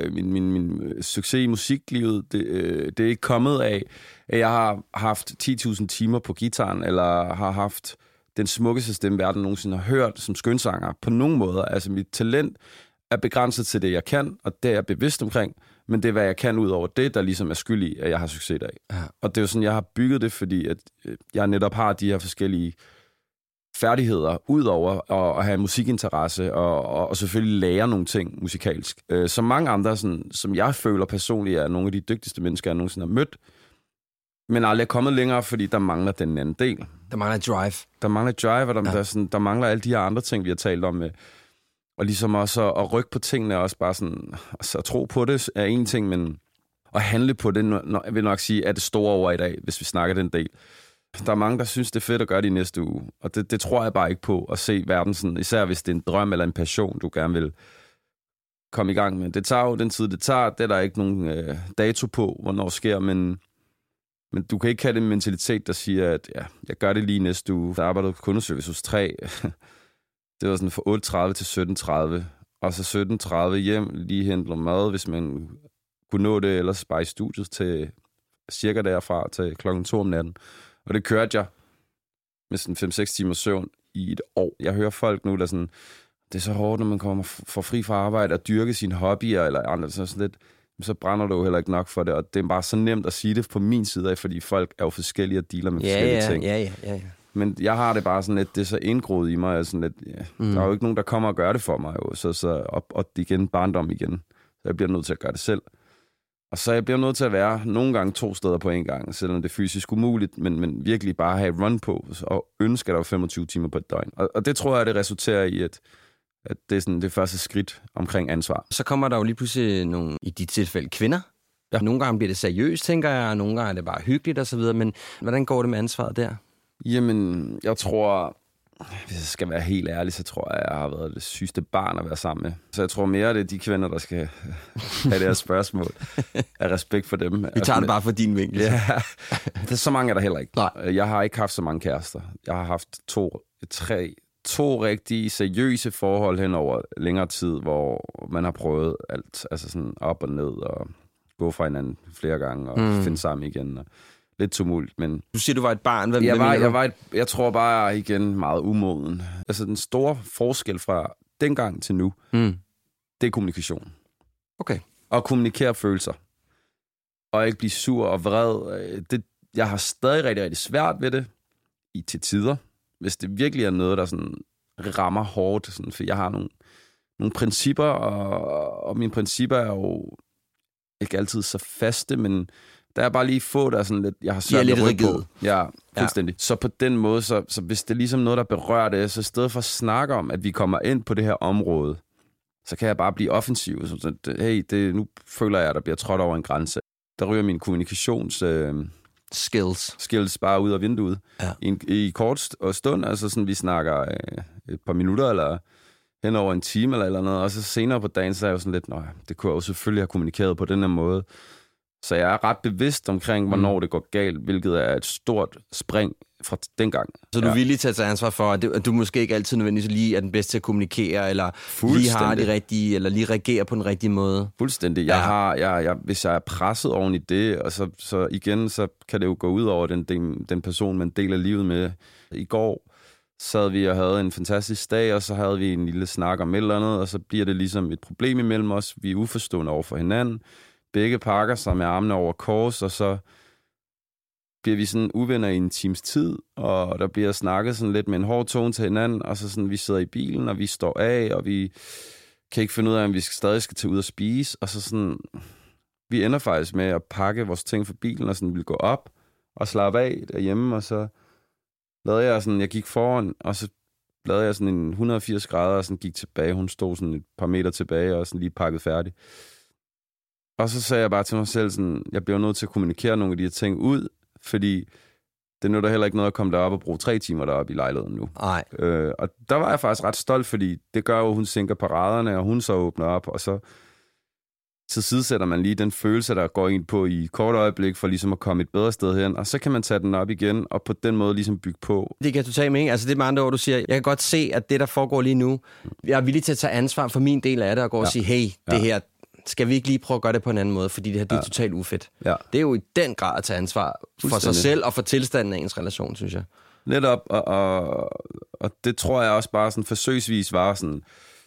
min succes i musiklivet. Det er ikke kommet af, at jeg har haft 10.000 timer på gitaren, eller har haft den smukkeste stemme, verden nogensinde har hørt som skønsanger på nogen måder. Altså, mit talent er begrænset til det, jeg kan, og det er jeg bevidst omkring. Men det er, hvad jeg kan ud over det, der ligesom er skyld i, at jeg har succes af. Ja. Og det er jo sådan, jeg har bygget det, fordi at jeg netop har de her forskellige færdigheder, ud over at have musikinteresse, og selvfølgelig lære nogle ting musikalsk. Som mange andre, sådan, som jeg føler personligt, er nogle af de dygtigste mennesker, jeg nogensinde har mødt, men aldrig er kommet længere, fordi der mangler den anden del. Der mangler drive. Der mangler drive, og der mangler alle de her andre ting, vi har talt om med. Og ligesom også at rykke på tingene, også bare sådan, altså at tro på det er en ting, men at handle på det, jeg vil nok sige, er det store over i dag, hvis vi snakker den del. Der er mange, der synes, det er fedt at gøre det i næste uge, og det tror jeg bare ikke på, at se verden sådan, især hvis det er en drøm eller en passion, du gerne vil komme i gang med. Det tager jo den tid, det tager. Det er der ikke nogen dato på, hvornår det sker, men du kan ikke have den mentalitet, der siger, at ja, jeg gør det lige næste uge. Jeg arbejder på kundeservice hos 3. Det var sådan fra 8.30 til 17.30, og så 17.30 hjem, lige hente mad, hvis man kunne nå det, ellers bare i studiet til cirka derfra til 2:00 om natten. Og det kørte jeg med sådan 5-6 timers søvn i et år. Jeg hører folk nu, der sådan, det er så hårdt, når man kommer for fri fra arbejde og dyrke sine hobbyer eller andre, sådan lidt, så brænder du jo heller ikke nok for det, og det er bare så nemt at sige det på min side af, fordi folk er jo forskellige og dealer med forskellige ting. Ja. Men jeg har det bare sådan lidt, det er så indgroet i mig, sådan lidt, der er jo ikke nogen, der kommer og gør det for mig, jo. Så op igen, barndom igen. Så jeg bliver nødt til at gøre det selv. Og så jeg bliver nødt til at være nogle gange 2 steder på en gang, selvom det er fysisk umuligt, men virkelig bare have et run på, og ønske, at der var 25 timer på et døgn. Og det tror jeg, det resulterer i, at det er sådan det første skridt omkring ansvar. Så kommer der jo lige pludselig nogle, i dit tilfælde, kvinder. Ja. Nogle gange bliver det seriøst, tænker jeg, og nogle gange er det bare hyggeligt og så videre, men hvordan går det med ansvaret der? Jamen, jeg tror, hvis jeg skal være helt ærlig, så tror jeg har været det sygeste barn at være sammen med. Så jeg tror mere, det er de kvinder, der skal have det her spørgsmål. Af respekt for dem. Vi tager det bare for din vinkel. Ja, det er så mange er der heller ikke. Nej. Jeg har ikke haft så mange kærester. Jeg har haft to rigtig seriøse forhold hen over længere tid, hvor man har prøvet alt, altså sådan op og ned, og gå fra hinanden flere gange, og finde sammen igen, og lidt tumult, men... Du siger, du var et barn. Jeg tror bare igen meget umoden. Altså den store forskel fra dengang til nu, det er kommunikation. Okay. Og kommunikere følelser. Og ikke blive sur og vred. Jeg har stadig rigtig, rigtig svært ved det til tider. Hvis det virkelig er noget, der sådan rammer hårdt. Sådan, for jeg har nogle principper, og mine principper er jo ikke altid så faste, men der er bare lige få, der er sådan lidt, jeg har svært lidt ryg på. Ja, fuldstændig. Ja. Så på den måde, så hvis det er ligesom noget, der berører det, så i stedet for at snakke om, at vi kommer ind på det her område, så kan jeg bare blive offensiv. Så, hey, nu føler jeg, at der bliver trådt over en grænse. der ryger min kommunikations... skills bare ud af vinduet. Ja. I kort og stund, altså sådan, vi snakker et par minutter, eller hen over en time, eller noget, og så senere på dagen, så er jeg jo sådan lidt, det kunne jeg jo selvfølgelig have kommunikeret på den her måde. Så jeg er ret bevidst omkring, hvornår det går galt, hvilket er et stort spring fra dengang. Så du er villig til at tage ansvar for, at du måske ikke altid nødvendigvis lige er den bedste til at kommunikere, eller lige har det rigtige, eller lige reagere på den rigtige måde? Fuldstændig. Hvis jeg er presset oven i det, og så igen, så kan det jo gå ud over den person, man deler livet med. I går sad vi og havde en fantastisk dag, og så havde vi en lille snak om et eller andet, og så bliver det ligesom et problem imellem os. Vi er uforstående over for hinanden. Begge pakker sig med armene over kors, og så bliver vi sådan uvenner i en times tid, og der bliver snakket sådan lidt med en hård tone til hinanden, og så sådan, vi sidder i bilen, og vi står af, og vi kan ikke finde ud af, om vi stadig skal tage ud og spise, og så sådan, vi ender faktisk med at pakke vores ting for bilen, og sådan vil gå op og slappe af derhjemme, og så lavede jeg sådan, jeg gik foran, og så lavede jeg sådan en 180 grader, og sådan gik tilbage. Hun stod sådan et par meter tilbage, og sådan lige pakket færdig. Og så sagde jeg bare til mig selv, sådan, jeg bliver nødt til at kommunikere nogle af de her ting ud, fordi det nytter heller ikke noget at komme derop og bruge 3 timer deroppe i lejligheden nu. Nej. Og der var jeg faktisk ret stolt, fordi det gør jo, at hun sænker paraderne, og hun så åbner op, og så sidesætter man lige den følelse, der går ind på i kort øjeblik, for ligesom at komme et bedre sted hen, og så kan man tage den op igen, og på den måde ligesom bygge på. Det kan du tage med, ikke? Altså det er med andre ord, du siger, jeg kan godt se, at det, der foregår lige nu, jeg er villig til at tage ansvar for min del af det, og gå og sige, hey, det her, skal vi ikke lige prøve at gøre det på en anden måde, fordi det her, det er totalt ufedt. Ja. Det er jo i den grad at tage ansvar for sig selv, og for tilstanden af ens relation, synes jeg. Netop, og det tror jeg også bare sådan forsøgsvis var sådan,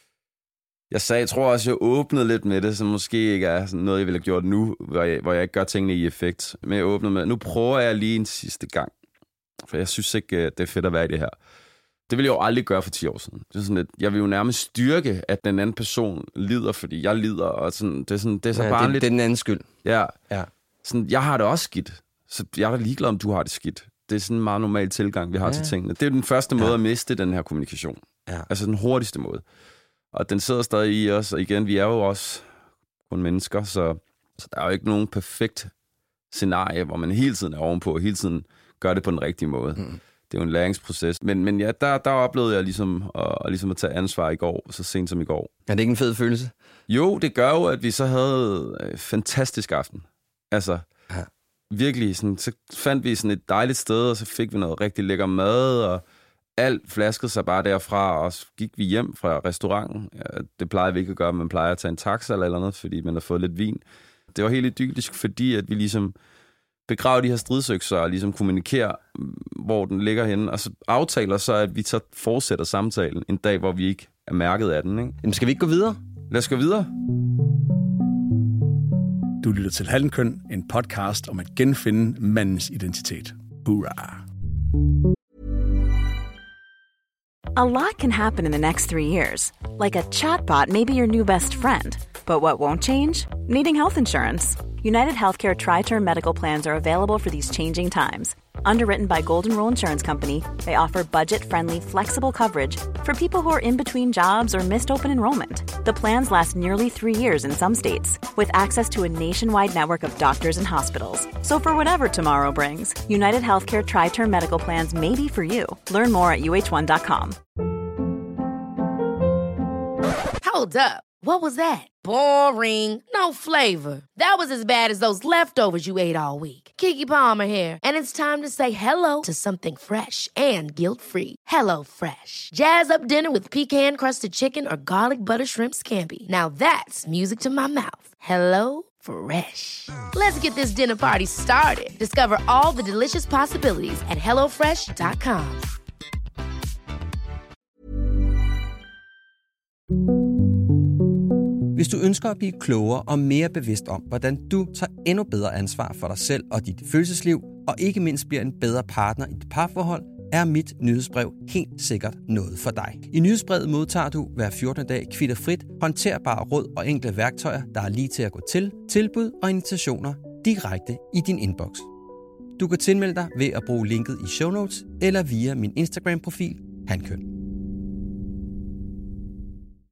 jeg tror også, jeg åbnede lidt med det, som måske ikke er sådan noget, jeg ville have gjort nu, hvor jeg ikke gør tingene i effekt. Men jeg åbnede med, nu prøver jeg lige en sidste gang. For jeg synes ikke, det er fedt at være i det her. Det ville jeg jo aldrig gøre for 10 år siden. Det er sådan, at jeg vil jo nærmest styrke, at den anden person lider, fordi jeg lider. Og sådan, det er så bare lidt... Det er den anden skyld. Ja. Sådan, jeg har det også skidt. Så jeg er da ligeglad, om du har det skidt. Det er sådan en meget normal tilgang, vi har til tingene. Det er den første måde at miste den her kommunikation. Ja. Altså den hurtigste måde. Og den sidder stadig i os, og igen, vi er jo også kun mennesker, så der er jo ikke nogen perfekt scenarie, hvor man hele tiden er ovenpå, og hele tiden gør det på den rigtige måde. Det er jo en læringsproces. Men ja, der oplevede jeg ligesom at tage ansvar i går, så sent som i går. Er det ikke en fed følelse? Jo, det gør jo, at vi så havde fantastisk aften. Altså, virkelig, sådan, så fandt vi sådan et dejligt sted, og så fik vi noget rigtig lækker mad, og alt flaskede sig bare derfra, og så gik vi hjem fra restauranten. Ja, det plejer vi ikke at gøre, man plejer at tage en taxa eller andet, fordi man har fået lidt vin. Det var helt idyllisk, fordi at vi ligesom begraver de her stridsøkser og ligesom kommunikerer, hvor den ligger henne, og så aftaler så, at vi så fortsætter samtalen en dag, hvor vi ikke er mærket af den. Ikke? Jamen, skal vi ikke gå videre? Lad os gå videre. Du lytter til Hallenkøn, en podcast om at genfinde mandens identitet. Hurra! A lot can happen in the next 3 years. Like a chatbot may be your new best friend. But what won't change? Needing health insurance. United Healthcare Tri-Term Medical Plans are available for these changing times. Underwritten by Golden Rule Insurance Company, they offer budget-friendly, flexible coverage for people who are in between jobs or missed open enrollment. The plans last nearly 3 years in some states, with access to a nationwide network of doctors and hospitals. So for whatever tomorrow brings, United Healthcare Tri-Term Medical Plans may be for you. Learn more at uh1.com. Hold up. What was that? Boring. No flavor. That was as bad as those leftovers you ate all week. Keke Palmer here, and it's time to say hello to something fresh and guilt-free. Hello Fresh. Jazz up dinner with pecan-crusted chicken or garlic butter shrimp scampi. Now that's music to my mouth. Hello Fresh. Let's get this dinner party started. Discover all the delicious possibilities at hellofresh.com. Hvis du ønsker at blive klogere og mere bevidst om, hvordan du tager endnu bedre ansvar for dig selv og dit følelsesliv, og ikke mindst bliver en bedre partner i dit parforhold, er mit nyhedsbrev helt sikkert noget for dig. I nyhedsbrevet modtager du hver 14. dag kvitterfrit, håndterbare råd og enkle værktøjer, der er lige til at gå til, tilbud og invitationer direkte i din inbox. Du kan tilmelde dig ved at bruge linket i show notes eller via min Instagram-profil Hankøn.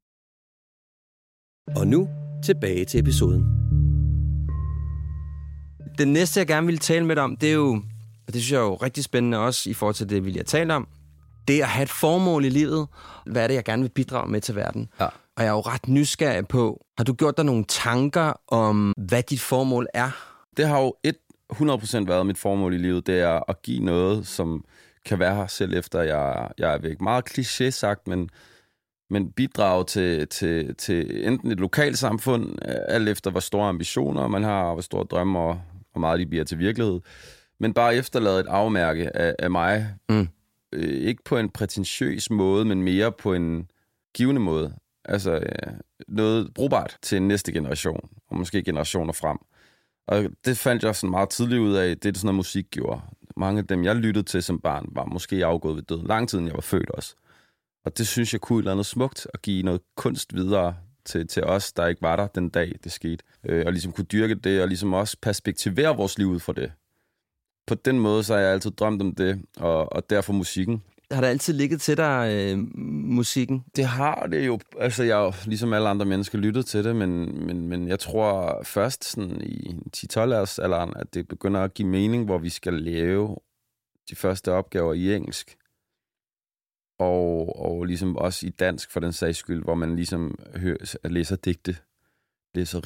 Og nu tilbage til episoden. Det næste, jeg gerne vil tale med dig om, det er jo, og det synes jeg er jo rigtig spændende også i forhold til det, vi lige har talt om, det er at have et formål i livet. Hvad er det, jeg gerne vil bidrage med til verden? Ja. Og jeg er jo ret nysgerrig på, har du gjort dig nogle tanker om, hvad dit formål er? Det har jo 100% været mit formål i livet. Det er at give noget, som kan være her selv efter jeg er væk. Meget kliché sagt, men bidrage til enten et lokalsamfund, alt efter hvor store ambitioner man har, hvor store drømme og hvor meget de bliver til virkelighed. Men bare efterlade et afmærke af mig. Ikke på en prætentiøs måde, men mere på en givende måde. Altså noget brugbart til næste generation, og måske generationer frem. Og det fandt jeg sådan meget tidligt ud af, det er sådan noget musik gjorde. Mange af dem, jeg lyttede til som barn, var måske afgået ved døden. Lang tid, jeg var født også. Og det synes jeg kunne et eller andet smukt, at give noget kunst videre til os, der ikke var der den dag, det skete. Og ligesom kunne dyrke det, og ligesom også perspektivere vores liv ud fra det. På den måde, så har jeg altid drømt om det, og derfor musikken. Har det altid ligget til dig, musikken? Det har det jo. Altså, jeg har jo, ligesom alle andre mennesker, lyttet til det, men jeg tror først sådan i 10-12 alderen, at det begynder at give mening, hvor vi skal lave de første opgaver i engelsk. Og ligesom også i dansk, for den sags skyld, hvor man ligesom læser digte, læser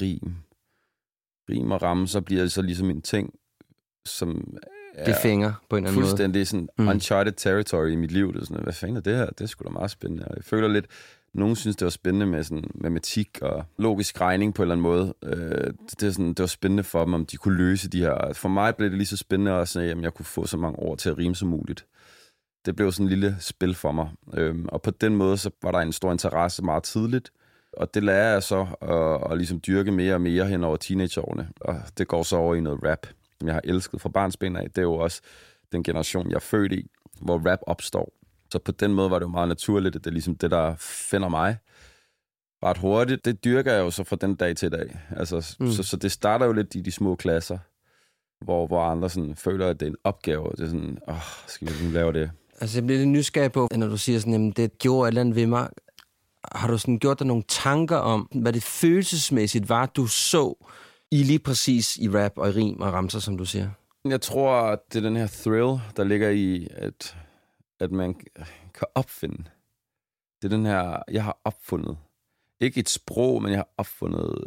rim og ramme, så bliver det så ligesom en ting, som det fænger på en eller anden måde. Fuldstændig sådan uncharted territory i mit liv. Det er sådan, hvad fanden er det her? Det er sgu da meget spændende. Og jeg føler lidt, nogen synes, det var spændende med sådan matematik og logisk regning på en eller anden måde. Det var spændende for dem, om de kunne løse de her. For mig blev det lige så spændende også, at jeg kunne få så mange ord til at rime som muligt. Det blev sådan en lille spil for mig. Og på den måde, så var der en stor interesse meget tidligt. Og det lærer jeg så at ligesom dyrke mere og mere hen over teenageårene. Og det går så over i noget rap, som jeg har elsket fra barnsben af. Det er jo også den generation, jeg er født i, hvor rap opstår. Så på den måde var det jo meget naturligt, at det er ligesom det, der finder mig. Ret hurtigt. Det dyrker jeg jo så fra den dag til dag. Altså, så det starter jo lidt i de små klasser, hvor andre sådan føler, at det er en opgave. Det er sådan, skal vi nu lave det? Altså, jeg bliver lidt nysgerrig på, når du siger sådan, jamen, det gjorde et eller andet ved mig. Har du sådan gjort dig nogle tanker om, hvad det følelsesmæssigt var, du så i lige præcis i rap og i rim og ramser, som du siger? Jeg tror, at det er den her thrill, der ligger i, at man kan opfinde. Det er den her, jeg har opfundet. Ikke et sprog, men jeg har opfundet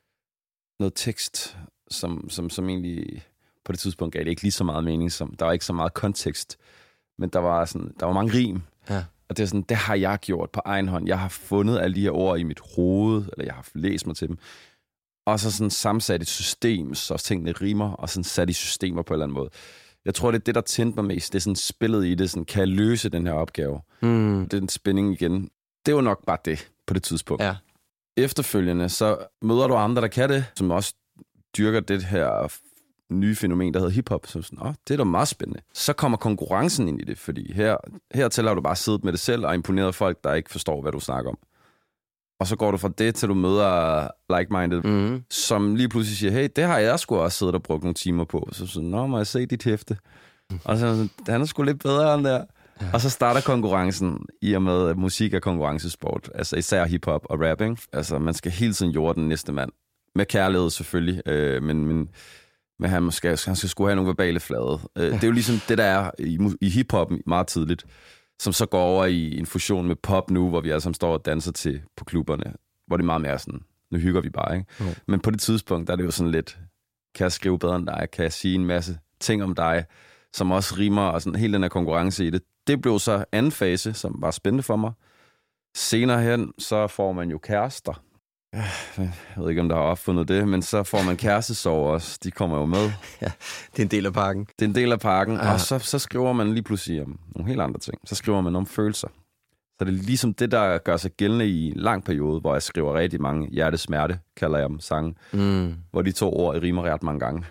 noget tekst, som egentlig på det tidspunkt gav det ikke lige så meget mening, som der var ikke så meget kontekst, men der var mange rim. Ja. Og det er sådan, det har jeg gjort på egen hånd. Jeg har fundet alle de her ord i mit hoved, eller jeg har læst mig til dem. Og så sådan sammensat et system, så tingene rimer, og sådan sat i systemer på en eller anden måde. Jeg tror, det er det, der tændte mig mest. Det er sådan spillet i det, sådan, kan jeg løse den her opgave? Det er den spænding igen. Det var nok bare det på det tidspunkt. Ja. Efterfølgende, så møder du andre, der kan det, som også dyrker det her nye fænomen, der hedder hiphop. Så sådan, det er da meget spændende. Så kommer konkurrencen ind i det, fordi her tæller du bare siddet med det selv og imponeret folk, der ikke forstår, hvad du snakker om. Og så går du fra det, til du møder like-minded, som lige pludselig siger, hey, det har jeg sgu også siddet og brugt nogle timer på. Så sådan, må jeg se dit hæfte? Og så sådan, han er sgu lidt bedre end der. Ja. Og så starter konkurrencen, i og med, at musik er konkurrencesport. Altså især hiphop og rapping. Altså man skal hele tiden jorde den næste mand. Med kærlighed selvfølgelig, men han skal sgu have nogle verbale flade. Det er jo ligesom det, der er i hiphop meget tidligt, som så går over i en fusion med pop nu, hvor vi alle sammen står og danser til på klubberne, hvor det er meget mere sådan, nu hygger vi bare, ikke? Men på det tidspunkt, der er det jo sådan lidt, kan jeg skrive bedre end dig? Kan jeg sige en masse ting om dig, som også rimer, og sådan hele den her konkurrence i det. Det blev så anden fase, som var spændende for mig. Senere hen, så får man jo kærester. Jeg ved ikke, om der har opfundet det, men så får man kærestesorg også. De kommer jo med. Ja, det er en del af pakken. Det er en del af pakken, og så skriver man lige pludselig om nogle helt andre ting. Så skriver man om følelser. Så det er ligesom det, der gør sig gældende i en lang periode, hvor jeg skriver rigtig mange hjertesmerte, kalder jeg dem, sange, hvor de 2 ord rimer ret mange gange.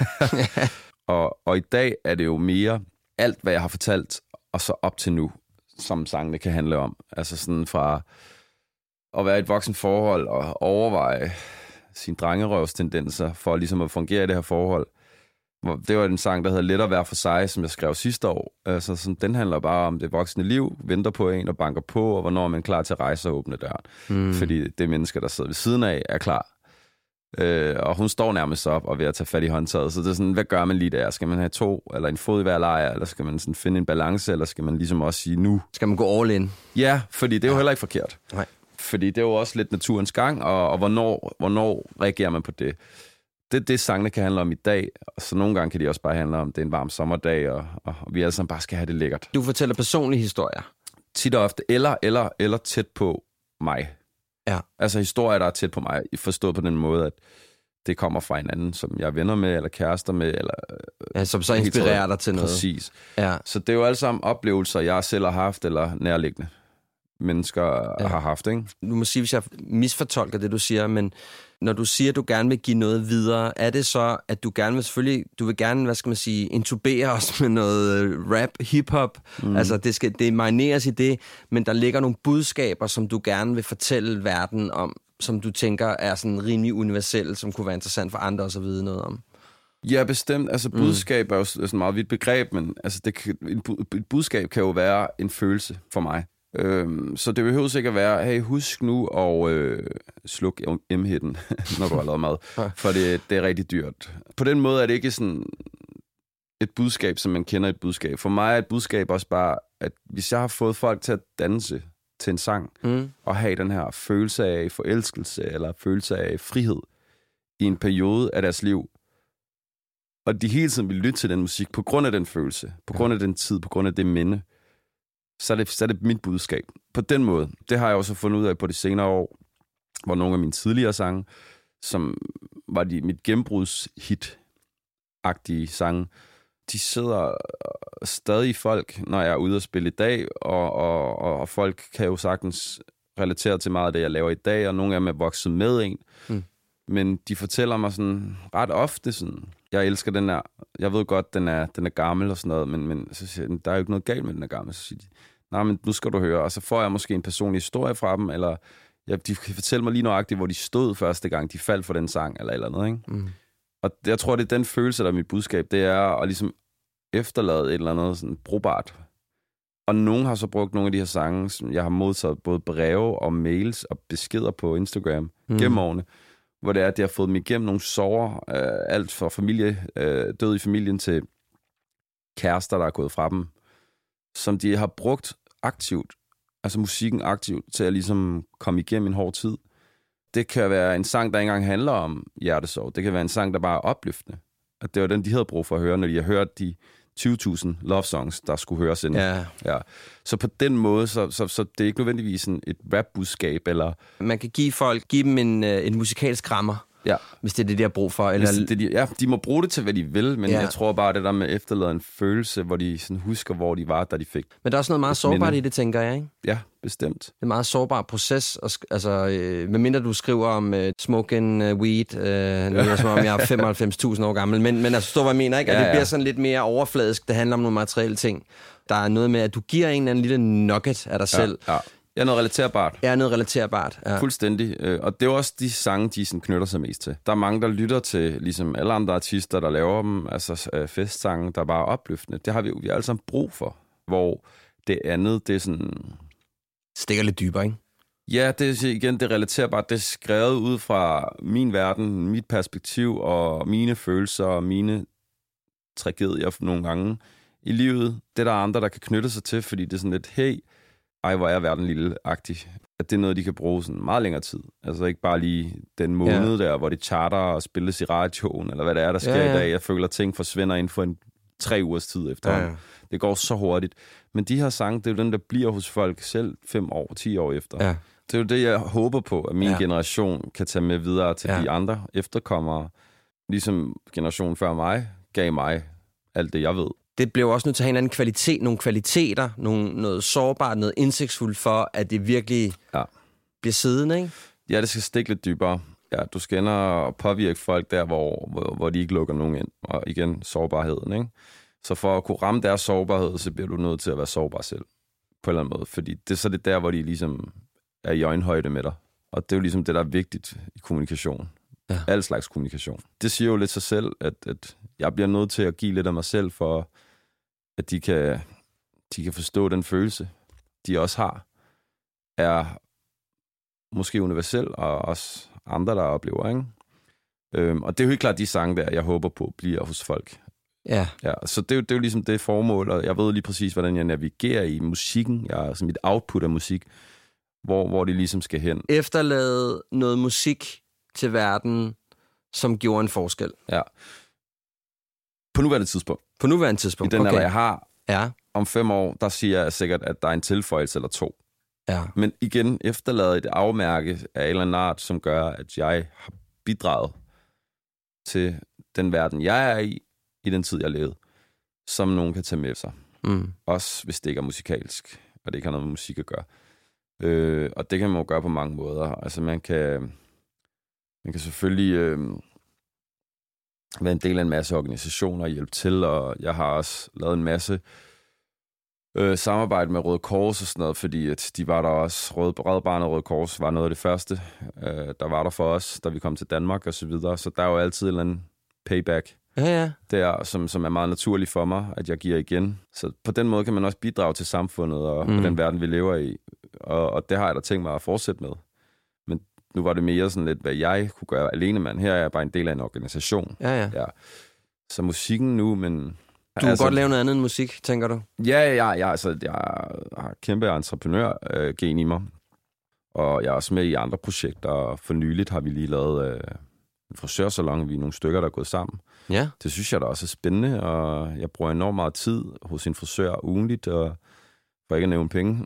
og i dag er det jo mere alt, hvad jeg har fortalt, og så op til nu, som sangene kan handle om. Altså sådan fra at være i et voksen forhold og overveje sine drengerøvstendenser for ligesom at fungere i det her forhold. Det var en sang, der hedder Let at være for sig, som jeg skrev sidste år. Altså, sådan, den handler bare om det voksne liv, venter på en og banker på, og hvornår man er klar til at rejse og åbne døren. Fordi det menneske, der sidder ved siden af, er klar. Og hun står nærmest op og ved at tage fat i håndtaget. Så det er sådan, hvad gør man lige der? Skal man have 2 eller en fod i hver lejr, eller skal man sådan finde en balance, eller skal man ligesom også sige nu? Skal man gå all in? Ja, fordi det er jo heller ikke forkert. Nej. Fordi det er jo også lidt naturens gang, og hvornår reagerer man på det? Det sangene kan handle om i dag, og så nogle gange kan de også bare handle om, det er en varm sommerdag, og vi alle sammen bare skal have det lækkert. Du fortæller personlige historier. Tit og ofte, eller tæt på mig. Ja. Altså historier, der er tæt på mig, forstået på den måde, at det kommer fra en anden, som jeg er venner med, eller kærester med, eller... Ja, som så inspirerer dig til noget. Præcis. Ja. Så det er jo alle sammen oplevelser, jeg selv har haft, eller nærliggende mennesker har haft, ikke? Du må sige, hvis jeg misfortolker det, du siger, men når du siger, at du gerne vil give noget videre, er det så, at du gerne vil selvfølgelig, du vil gerne, hvad skal man sige, intubere os med noget rap, hiphop, altså det marineres i det, men der ligger nogle budskaber, som du gerne vil fortælle verden om, som du tænker er sådan rimelig universelle, som kunne være interessant for andre også at vide noget om. Ja, bestemt. Altså budskab er jo sådan et meget vidt begreb, men altså, et budskab kan jo være en følelse for mig. Så det behøver ikke at være, hey, husk nu at sluk M-hitten, når du har lavet mad, for det er rigtig dyrt. På den måde er det ikke sådan et budskab, som man kender et budskab. For mig er et budskab også bare, at hvis jeg har fået folk til at danse til en sang, og have den her følelse af forelskelse, eller følelse af frihed i en periode af deres liv, og de hele tiden vil lytte til den musik, på grund af den følelse, på grund af den tid, på grund af det minde, så er det mit budskab. På den måde. Det har jeg også fundet ud af på de senere år, hvor nogle af mine tidligere sange, som var mit gennembrudshit-agtige sange, de sidder stadig folk, når jeg er ude og spille i dag, og folk kan jo sagtens relatere til meget af det, jeg laver i dag, og nogle af dem er vokset med en. Men de fortæller mig sådan ret ofte sådan, jeg elsker den her, jeg ved godt, den er gammel og sådan noget, men så siger jeg, der er jo ikke noget galt med den er gammel. Så siger de, nej, men nu skal du høre, og så får jeg måske en personlig historie fra dem, eller de kan fortælle mig lige nøjagtigt, hvor de stod første gang, de faldt for den sang, eller andet, ikke? Og jeg tror, det er den følelse, der er mit budskab, det er at ligesom efterlade et eller andet sådan brugbart. Og nogen har så brugt nogle af de her sange, som jeg har modtaget både breve og mails og beskeder på Instagram gennem årene, hvor det er, at de har fået mig igennem nogle sorger, alt fra familie, død i familien til kærester, der er gået fra dem, som de har brugt aktivt, altså musikken aktivt, til at ligesom komme igennem en hård tid. Det kan være en sang, der ikke engang handler om hjertesorg. Det kan være en sang, der bare er opløftende. At det var den, de havde brug for at høre, når de har hørt de 20.000 love songs, der skulle høres ind. Ja. Så på den måde, så det er ikke nødvendigvis et rap-budskab, eller... Man kan give dem en musikalsk rammer, hvis det er det, de har brug for. Eller... de må bruge det til, hvad de vil, men jeg tror bare, det der med efterlader en følelse, hvor de sådan husker, hvor de var, da de fik. Men der er også noget meget sårbart i det, tænker jeg, ikke? Ja, bestemt. Det er en meget sårbar proces, altså, medmindre du skriver om smoking weed, nu er som om jeg er 95.000 år gammel, men altså, forstår hvad jeg mener, ikke? At det bliver sådan lidt mere overfladisk, det handler om nogle materielle ting. Der er noget med, at du giver en eller anden lille nugget af dig selv. Ja, noget relaterbart. Ja, noget relaterbart. Ja. Fuldstændig. Og det er også de sange, de sådan knytter sig mest til. Der er mange, der lytter til, ligesom alle andre artister, der laver dem, altså festsange, der er bare opløftende. Det har vi alle sammen brug for. Hvor det andet, det er sådan... Stikker lidt dybere, ikke? Ja, det er igen, det er relaterbart. Det er skrevet ud fra min verden, mit perspektiv og mine følelser og mine tragedier nogle gange i livet. Det er der andre, der kan knytte sig til, fordi det er sådan lidt, hey, ej, hvor er verden lille-agtig. At det er noget, de kan bruge sådan meget længere tid. Altså ikke bare lige den måned der, hvor det charter og spilles i radioen, eller hvad det er, der sker i dag. Jeg føler, at ting forsvinder inden for 3 ugers tid efter. Det går så hurtigt. Men de her sange, det er jo den, der bliver hos folk selv 5 år, 10 år efter. Ja. Det er jo det, jeg håber på, at min generation kan tage med videre til de andre efterkommere. Ligesom generationen før mig gav mig alt det, jeg ved. Det bliver også nødt til at have en anden kvalitet, nogle kvaliteter, noget sårbart, noget indsigtsfuldt for, at det virkelig bliver siddende, ikke? Ja, det skal stikke lidt dybere. Ja, du skal ind og påvirke folk der, hvor de ikke lukker nogen ind. Og igen, sårbarheden, ikke? Så for at kunne ramme deres sårbarhed, så bliver du nødt til at være sårbar selv. På en eller anden måde. Fordi det er der, hvor de ligesom er i øjenhøjde med dig. Og det er jo ligesom det, der er vigtigt i kommunikation. Ja. Al slags kommunikation. Det siger jo lidt sig selv, at jeg bliver nødt til at give lidt af mig selv, for at de kan forstå den følelse, de også har, er måske universel, og også andre, der oplever, ikke? Og det er jo helt klart de sange der, jeg håber på bliver hos folk. Ja. Ja, så det er jo ligesom det formål, og jeg ved lige præcis, hvordan jeg navigerer i musikken. Jeg er som mit output af musik, hvor det ligesom skal hen. Efterlade noget musik til verden, som gjorde en forskel. Ja. På nuværende tidspunkt. På nuværende tidspunkt, i den okay. Jeg har ja. Om 5 år, der siger jeg sikkert, at der er en tilføjelse eller 2. Ja. Men igen, efterlade et afmærke af en eller anden art, som gør, at jeg har bidraget til den verden, jeg er i den tid, jeg levede, som nogen kan tage med sig. Også hvis det ikke er musikalsk, og det ikke har noget med musik at gøre. Og det kan man jo gøre på mange måder. Altså man kan selvfølgelig være en del af en masse organisationer og hjælpe til, og jeg har også lavet en masse samarbejde med Røde Kors og sådan noget, fordi at de var der også. Red Barnet og Røde Kors var noget af det første, der var der for os, da vi kom til Danmark og så videre. Så der er jo altid en eller anden payback der, som er meget naturligt for mig, at jeg giver igen. Så på den måde kan man også bidrage til samfundet og den verden, vi lever i. Og det har jeg da tænkt mig at fortsætte med. Men nu var det mere sådan lidt, hvad jeg kunne gøre alene, mand. Her er jeg bare en del af en organisation. Ja. Så musikken nu, men... Du kan godt lave noget andet end musik, tænker du? Ja, jeg har kæmpe entreprenør-gen i mig. Og jeg er også med i andre projekter. For nyligt har vi lige lavet en frisørsalon. Vi er nogle stykker, der er gået sammen. Ja. Det synes jeg da også er spændende, og jeg bruger enormt meget tid hos en frisør ugenligt, og for ikke at nævne penge.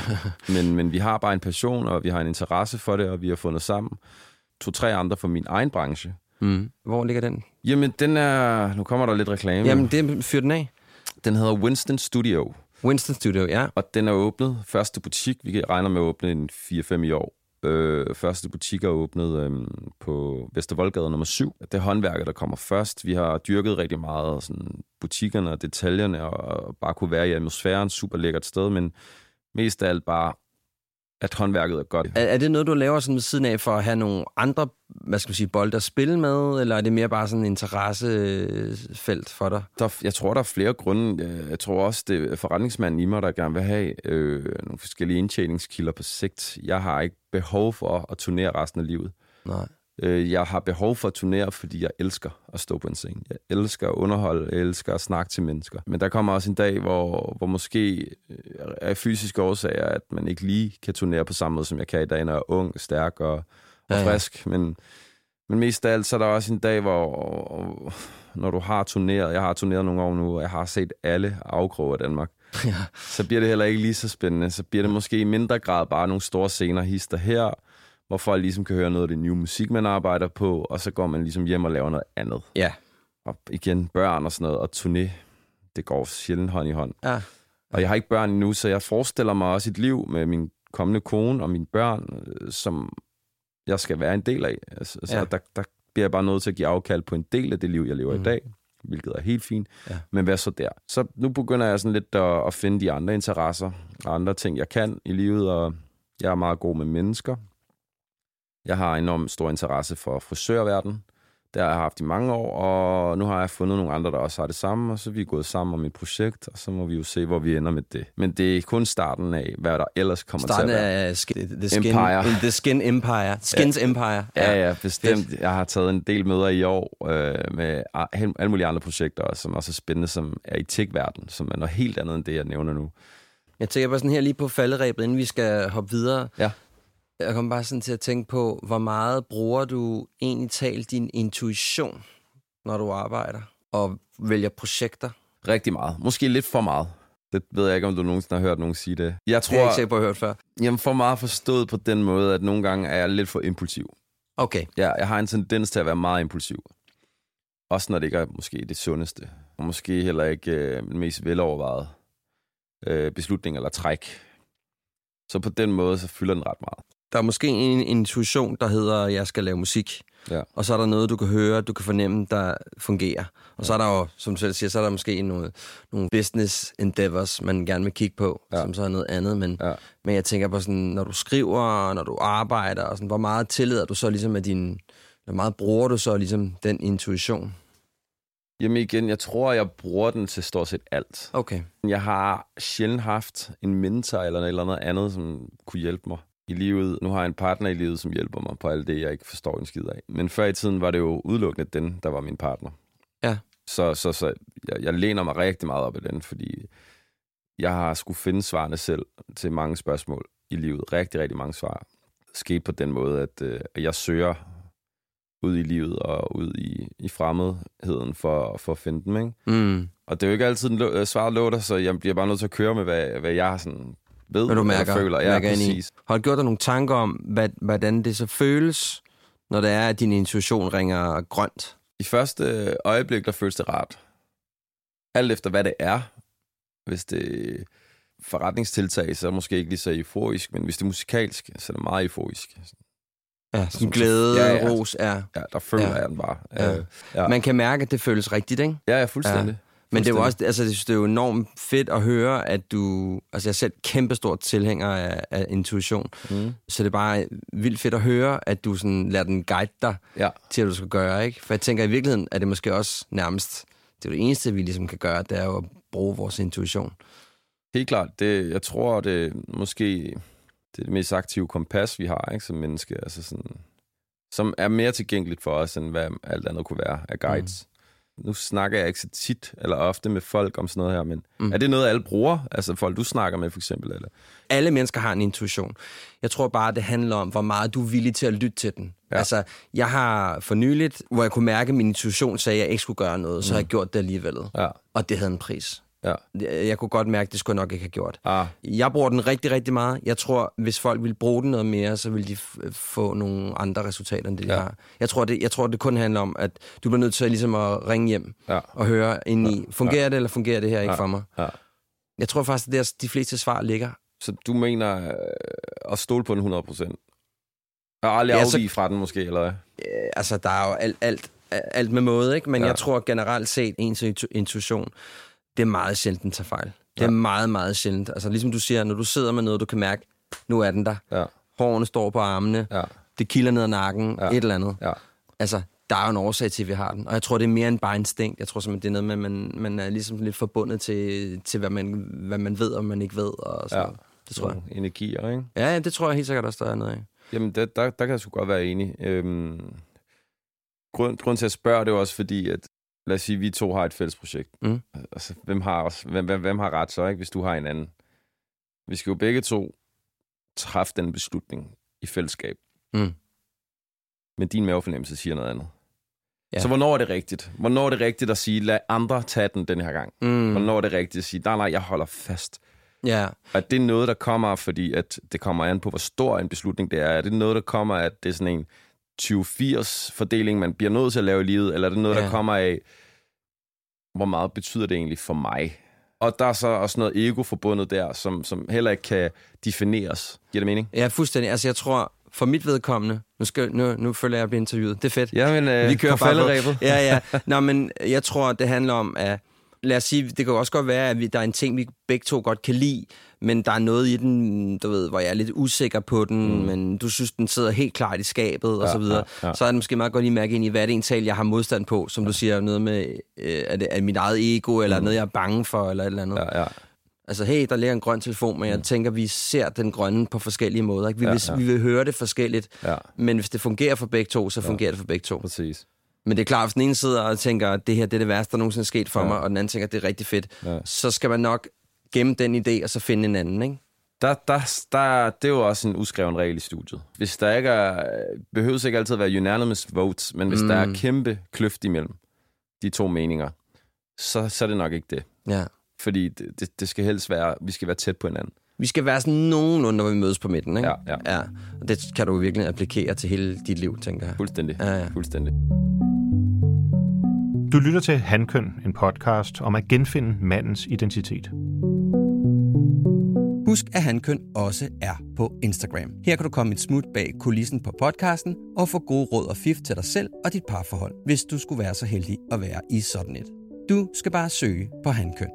Men vi har bare en passion, og vi har en interesse for det, og vi har fundet sammen 2-3 andre fra min egen branche. Hvor ligger den? Jamen, den er... Nu kommer der lidt reklame. Jamen, det fyr den af. Den hedder Winston Studio. Winston Studio, ja. Og den er åbnet. Første butik, vi regner med at åbne en 4-5 i år. Første butik er åbnet på Vestervoldgade nummer 7. Det er håndværket, der kommer først. Vi har dyrket rigtig meget sådan, butikkerne og detaljerne, og bare kunne være i atmosfæren. Super lækkert sted, men mest af alt bare, at håndværket er godt. Er det noget, du laver sådan ved siden af for at have nogle andre, bolde at spille med, eller er det mere bare sådan en interessefelt for dig? Jeg tror, der er flere grunde. Jeg tror også, det er forretningsmanden i mig, der gerne vil have nogle forskellige indtjeningskilder på sigt. Jeg har ikke behov for at turnere resten af livet. Nej. Jeg har behov for at turnere, fordi jeg elsker at stå på en scene. Jeg elsker at underholde, jeg elsker at snakke til mennesker. Men der kommer også en dag, hvor måske af fysiske årsager, at man ikke lige kan turnere på samme måde, som jeg kan i dag, når jeg er ung, stærk og frisk. Men mest af alt, så er der også en dag, hvor når du har turneret, jeg har turneret nogle år nu, og jeg har set alle afkroge af Danmark, så bliver det heller ikke lige så spændende. Så bliver det måske i mindre grad bare nogle store scener, hister her, hvor folk ligesom kan høre noget af det nye musik, man arbejder på, og så går man ligesom hjem og laver noget andet. Ja. Og igen, børn og sådan noget, og turné, det går sjældent hånd i hånd. Ja. Og jeg har ikke børn endnu, så jeg forestiller mig også et liv med min kommende kone og mine børn, som jeg skal være en del af. Altså, der bliver jeg bare nødt til at give afkald på en del af det liv, jeg lever i dag, hvilket er helt fint. Ja. Men hvad så der? Så nu begynder jeg sådan lidt at finde de andre interesser og andre ting, jeg kan i livet, og jeg er meget god med mennesker. Jeg har enormt stor interesse for frisørverdenen. Det har jeg haft i mange år, og nu har jeg fundet nogle andre, der også har det samme, og så er vi gået sammen om et projekt, og så må vi jo se, hvor vi ender med det. Men det er kun starten af, hvad der ellers kommer til at være. Starten af The Skin Empire. Skins Empire. Ja, bestemt. Fedt. Jeg har taget en del møder i år med alle mulige andre projekter, som også er spændende, som er i tech-verdenen, som er noget helt andet end det, jeg nævner nu. Jeg tænker bare sådan her lige på falderebet, inden vi skal hoppe videre. Ja. Jeg kommer bare sådan til at tænke på, hvor meget bruger du egentlig talt din intuition, når du arbejder og vælger projekter? Rigtig meget. Måske lidt for meget. Det ved jeg ikke, om du nogensinde har hørt nogen sige det. Jeg tror, det er jeg ikke sikker på, at jeg har hørt før. Jamen for meget forstået på den måde, at nogle gange er jeg lidt for impulsiv. Okay. Ja, jeg har en tendens til at være meget impulsiv. Også når det ikke er måske det sundeste. Og måske heller ikke den mest velovervejede beslutning eller træk. Så på den måde, så fylder den ret meget. Der er måske en intuition, der hedder, at jeg skal lave musik. Ja. Og så er der noget, du kan høre, du kan fornemme, der fungerer. Og så er der jo, som du selv siger, så er der måske nogle business endeavors, man gerne vil kigge på, som så er noget andet. Men jeg tænker på sådan, når du skriver, når du arbejder, og sådan, hvor meget tillader du så ligesom af hvor meget bruger du så ligesom den intuition? Jamen igen, jeg tror, jeg bruger den til stort set alt. Okay. Jeg har sjældent haft en mentor eller noget andet, som kunne hjælpe mig. i livet. Nu har jeg en partner i livet, som hjælper mig på alt det, jeg ikke forstår en skid af. Men før i tiden var det jo udelukkende den, der var min partner. Ja. Så jeg læner mig rigtig meget op af den, fordi jeg har skulle finde svarene selv til mange spørgsmål i livet. Rigtig, rigtig mange svar. Skete på den måde, at jeg søger ud i livet og ud i fremmedheden for at finde dem, ikke? Mm. Og det er jo ikke altid svaret lå der, så jeg bliver bare nødt til at køre med, hvad jeg sådan ved, hvad du mærker, føler. Ja, præcis. Har du gjort dig nogle tanker om, hvordan det så føles, når det er, at din intuition ringer grønt? I første øjeblik, der føles det rart. Alt efter, hvad det er. Hvis det er forretningstiltag, så er det måske ikke lige så euforisk, men hvis det er musikalsk, så er det meget euforisk. Ja, sådan glæde, ros, ja. Ja, der føler jeg den bare. Ja. Man kan mærke, at det føles rigtigt, ikke? Ja, fuldstændig. Ja. Men det er jo også, altså, det er jo enormt fedt at høre, at du... Altså, jeg er selv kæmpestort tilhænger af intuition. Så det er bare vildt fedt at høre, at du sådan lader den guide dig til, at du skal gøre, ikke? For jeg tænker, i virkeligheden er det måske også nærmest... Det er jo det eneste, vi ligesom kan gøre, det er jo at bruge vores intuition. Helt klart. Jeg tror, det måske... Det er det mest aktive kompas, vi har, ikke, som menneske. Altså sådan, som er mere tilgængeligt for os, end hvad alt andet kunne være af guides. Nu snakker jeg ikke så tit eller ofte med folk om sådan noget her, men er det noget, alle bruger? Altså folk, du snakker med for eksempel? Eller? Alle mennesker har en intuition. Jeg tror bare, det handler om, hvor meget du er villig til at lytte til den. Ja. Altså, jeg har for nyligt, hvor jeg kunne mærke, at min intuition sagde, at jeg ikke skulle gøre noget, så har jeg gjort det alligevel. Ja. Og det havde en pris. Ja. Jeg kunne godt mærke, at det skulle jeg nok ikke have gjort. Jeg bruger den rigtig, rigtig meget. Jeg tror, hvis folk ville bruge den noget mere, så ville de få nogle andre resultater, end det, de har. Jeg tror, det kun handler om, at du bliver nødt til ligesom at ringe hjem og høre ind i, fungerer det, eller fungerer det her ikke for mig? Ja. Jeg tror faktisk, at der de fleste svar ligger. Så du mener at stole på den 100%? Og aldrig afvige fra den måske, eller hvad? Altså, der er jo alt med måde, ikke? Men jeg tror generelt set, ens intuition, det er meget sjældent, den tager fejl. Det er meget, meget sjældent. Altså ligesom du siger, når du sidder med noget, du kan mærke, nu er den der. Ja. Hårene står på armene. Ja. Det kilder ned ad nakken. Ja. Et eller andet. Ja. Altså, der er jo en årsag til, at vi har den. Og jeg tror, det er mere end bare instinkt. Jeg tror simpelthen, det er noget med, man er ligesom lidt forbundet til hvad man ved, og man ikke ved. Og sådan noget. Det tror jeg. Energier, ikke? Ja, det tror jeg helt sikkert også, der er noget af. Jamen, der kan jeg sgu godt være enig. Grunden til at spørge, det er også fordi, at lad os sige, vi to har et fælles projekt. Altså, hvem har ret så, ikke, hvis du har en anden? Vi skal jo begge to træffe den beslutning i fællesskab. Men din mavefornemmelse siger noget andet. Ja. Så hvornår er det rigtigt? Hvornår er det rigtigt at sige, lad andre tage den her gang? Hvornår er det rigtigt at sige, nej, jeg holder fast? Ja. Er det noget, der kommer, fordi at det kommer an på, hvor stor en beslutning det er? Er det noget, der kommer, at det er sådan en 20-80-fordeling, man bliver nødt til at lave i livet, eller er det noget, der kommer af, hvor meget betyder det egentlig for mig? Og der er så også noget ego forbundet der, som heller ikke kan defineres. Giver det mening? Ja, fuldstændig. Altså, jeg tror, for mit vedkommende, nu følger jeg at blive interviewet. Det er fedt. Ja, men vi kører falderæbet. Ja. Nå, men jeg tror, det handler om, at lad os sige, det kan også godt være, at der er en ting, vi begge to godt kan lide, men der er noget i den, du ved, hvor jeg er lidt usikker på den, men du synes, den sidder helt klart i skabet, og så videre. Ja. Så er det måske meget godt lige mærke ind i, hvad er det egentlig, jeg har modstand på, som du siger, noget med, er det mit eget ego, eller noget, jeg er bange for, eller et eller andet. Ja. Altså, hey, der ligger en grøn telefon, men jeg tænker, vi ser den grønne på forskellige måder. Ikke? Vi vil høre det forskelligt, men hvis det fungerer for begge to, så fungerer det for begge to. Præcis. Men det er klart, hvis den ene sidder og tænker, at det her det er det værste, der nogensinde er sket for mig, og den anden tænker, at det er rigtig fedt, så skal man nok gemme den idé, og så finde en anden, ikke? Det er jo også en uskreven regel i studiet. Hvis der ikke behøves ikke altid at være unanimous votes, men hvis der er kæmpe kløft imellem de to meninger, så er det nok ikke det. Ja. Fordi det skal helst være, vi skal være tæt på hinanden. Vi skal være sådan nogenlunde, når vi mødes på midten, ikke? Ja. Og det kan du virkelig applikere til hele dit liv, tænker jeg. Fuldstændig. Ja. Fuldstændig. Du lytter til Hankøn, en podcast om at genfinde mandens identitet. Husk, at Hankøn også er på Instagram. Her kan du komme et smut bag kulissen på podcasten og få gode råd og fif til dig selv og dit parforhold, hvis du skulle være så heldig at være i sådan et. Du skal bare søge på Hankøn.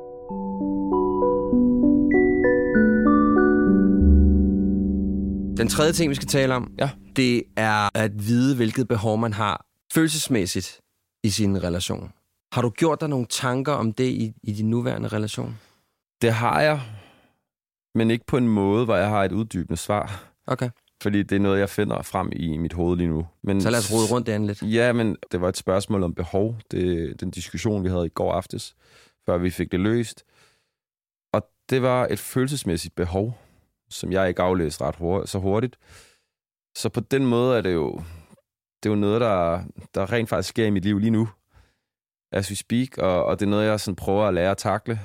Den tredje ting, vi skal tale om, det er at vide, hvilket behov man har følelsesmæssigt i sin relation. Har du gjort dig nogle tanker om det i din nuværende relation? Det har jeg, men ikke på en måde, hvor jeg har et uddybende svar. Okay. Fordi det er noget, jeg finder frem i mit hoved lige nu. Men, så lad os rode rundt derinde lidt. Ja, men det var et spørgsmål om behov. Den diskussion, vi havde i går aftes, før vi fik det løst. Og det var et følelsesmæssigt behov, som jeg ikke aflæste så hurtigt. Så på den måde er det er jo noget, der rent faktisk sker i mit liv lige nu, as we speak, og det er noget, jeg sådan prøver at lære at takle,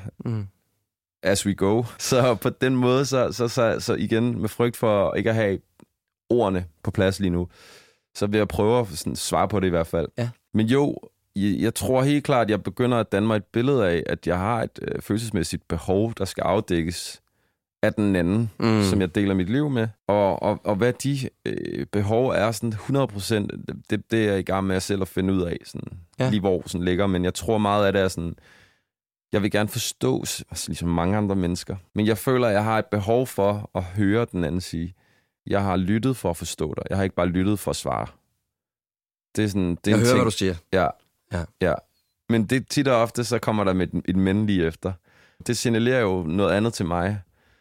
as we go. Så på den måde, så igen, med frygt for ikke at have ordene på plads lige nu, så vil jeg prøve at sådan svare på det i hvert fald. Ja. Men jo, jeg tror helt klart, at jeg begynder at danne mig et billede af, at jeg har et følelsesmæssigt behov, der skal afdækkes af den anden, som jeg deler mit liv med. Og hvad de behov er, sådan 100%, det er jeg i gang med selv at finde ud af, sådan, lige hvor sådan ligger. Men jeg tror meget af det er sådan, jeg vil gerne forstås, altså ligesom mange andre mennesker. Men jeg føler, at jeg har et behov for at høre den anden sige, jeg har lyttet for at forstå dig. Jeg har ikke bare lyttet for at svare. Det er sådan, det er jeg hører, ting. hvad du siger. Ja. Men det tit og ofte, så kommer der med et men lige efter. Det signalerer jo noget andet til mig,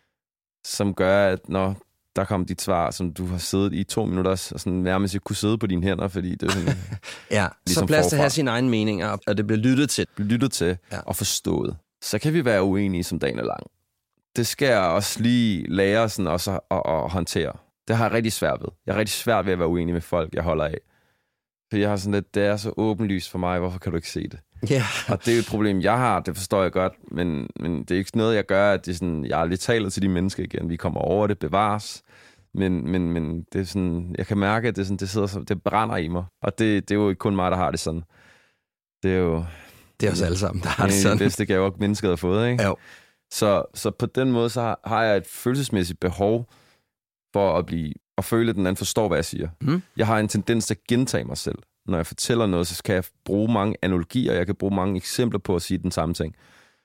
som gør, at når der kom dit svar, som du har siddet i 2 minutter, og sådan nærmest ikke kunne sidde på dine hænder, fordi det er sådan... ligesom så plads til at have sine egne meninger, og det bliver lyttet til. Og forstået. Så kan vi være uenige, som dagen er lang. Det skal jeg også lige lære sådan også at håndtere. Det har jeg rigtig svært ved. Jeg er rigtig svært ved at være uenig med folk, jeg holder af. For jeg har sådan lidt, det er så åbenlyst for mig, hvorfor kan du ikke se det? Yeah. Og det er jo et problem, jeg har, det forstår jeg godt, men det er ikke noget, jeg gør, at det er sådan, jeg aldrig taler til de mennesker igen. Vi kommer over det, bevares. Men det er sådan, jeg kan mærke, at det brænder i mig. Og det er jo ikke kun mig, der har det sådan. Det er jo... Det er os alle sammen, der har det sådan. Det bedste gaver, mennesket har fået, ikke? Jo. Så på den måde, så har jeg et følelsesmæssigt behov for at føle, at den anden forstår, hvad jeg siger. Jeg har en tendens til at gentage mig selv. Når jeg fortæller noget, så kan jeg bruge mange analogier, jeg kan bruge mange eksempler på at sige den samme ting.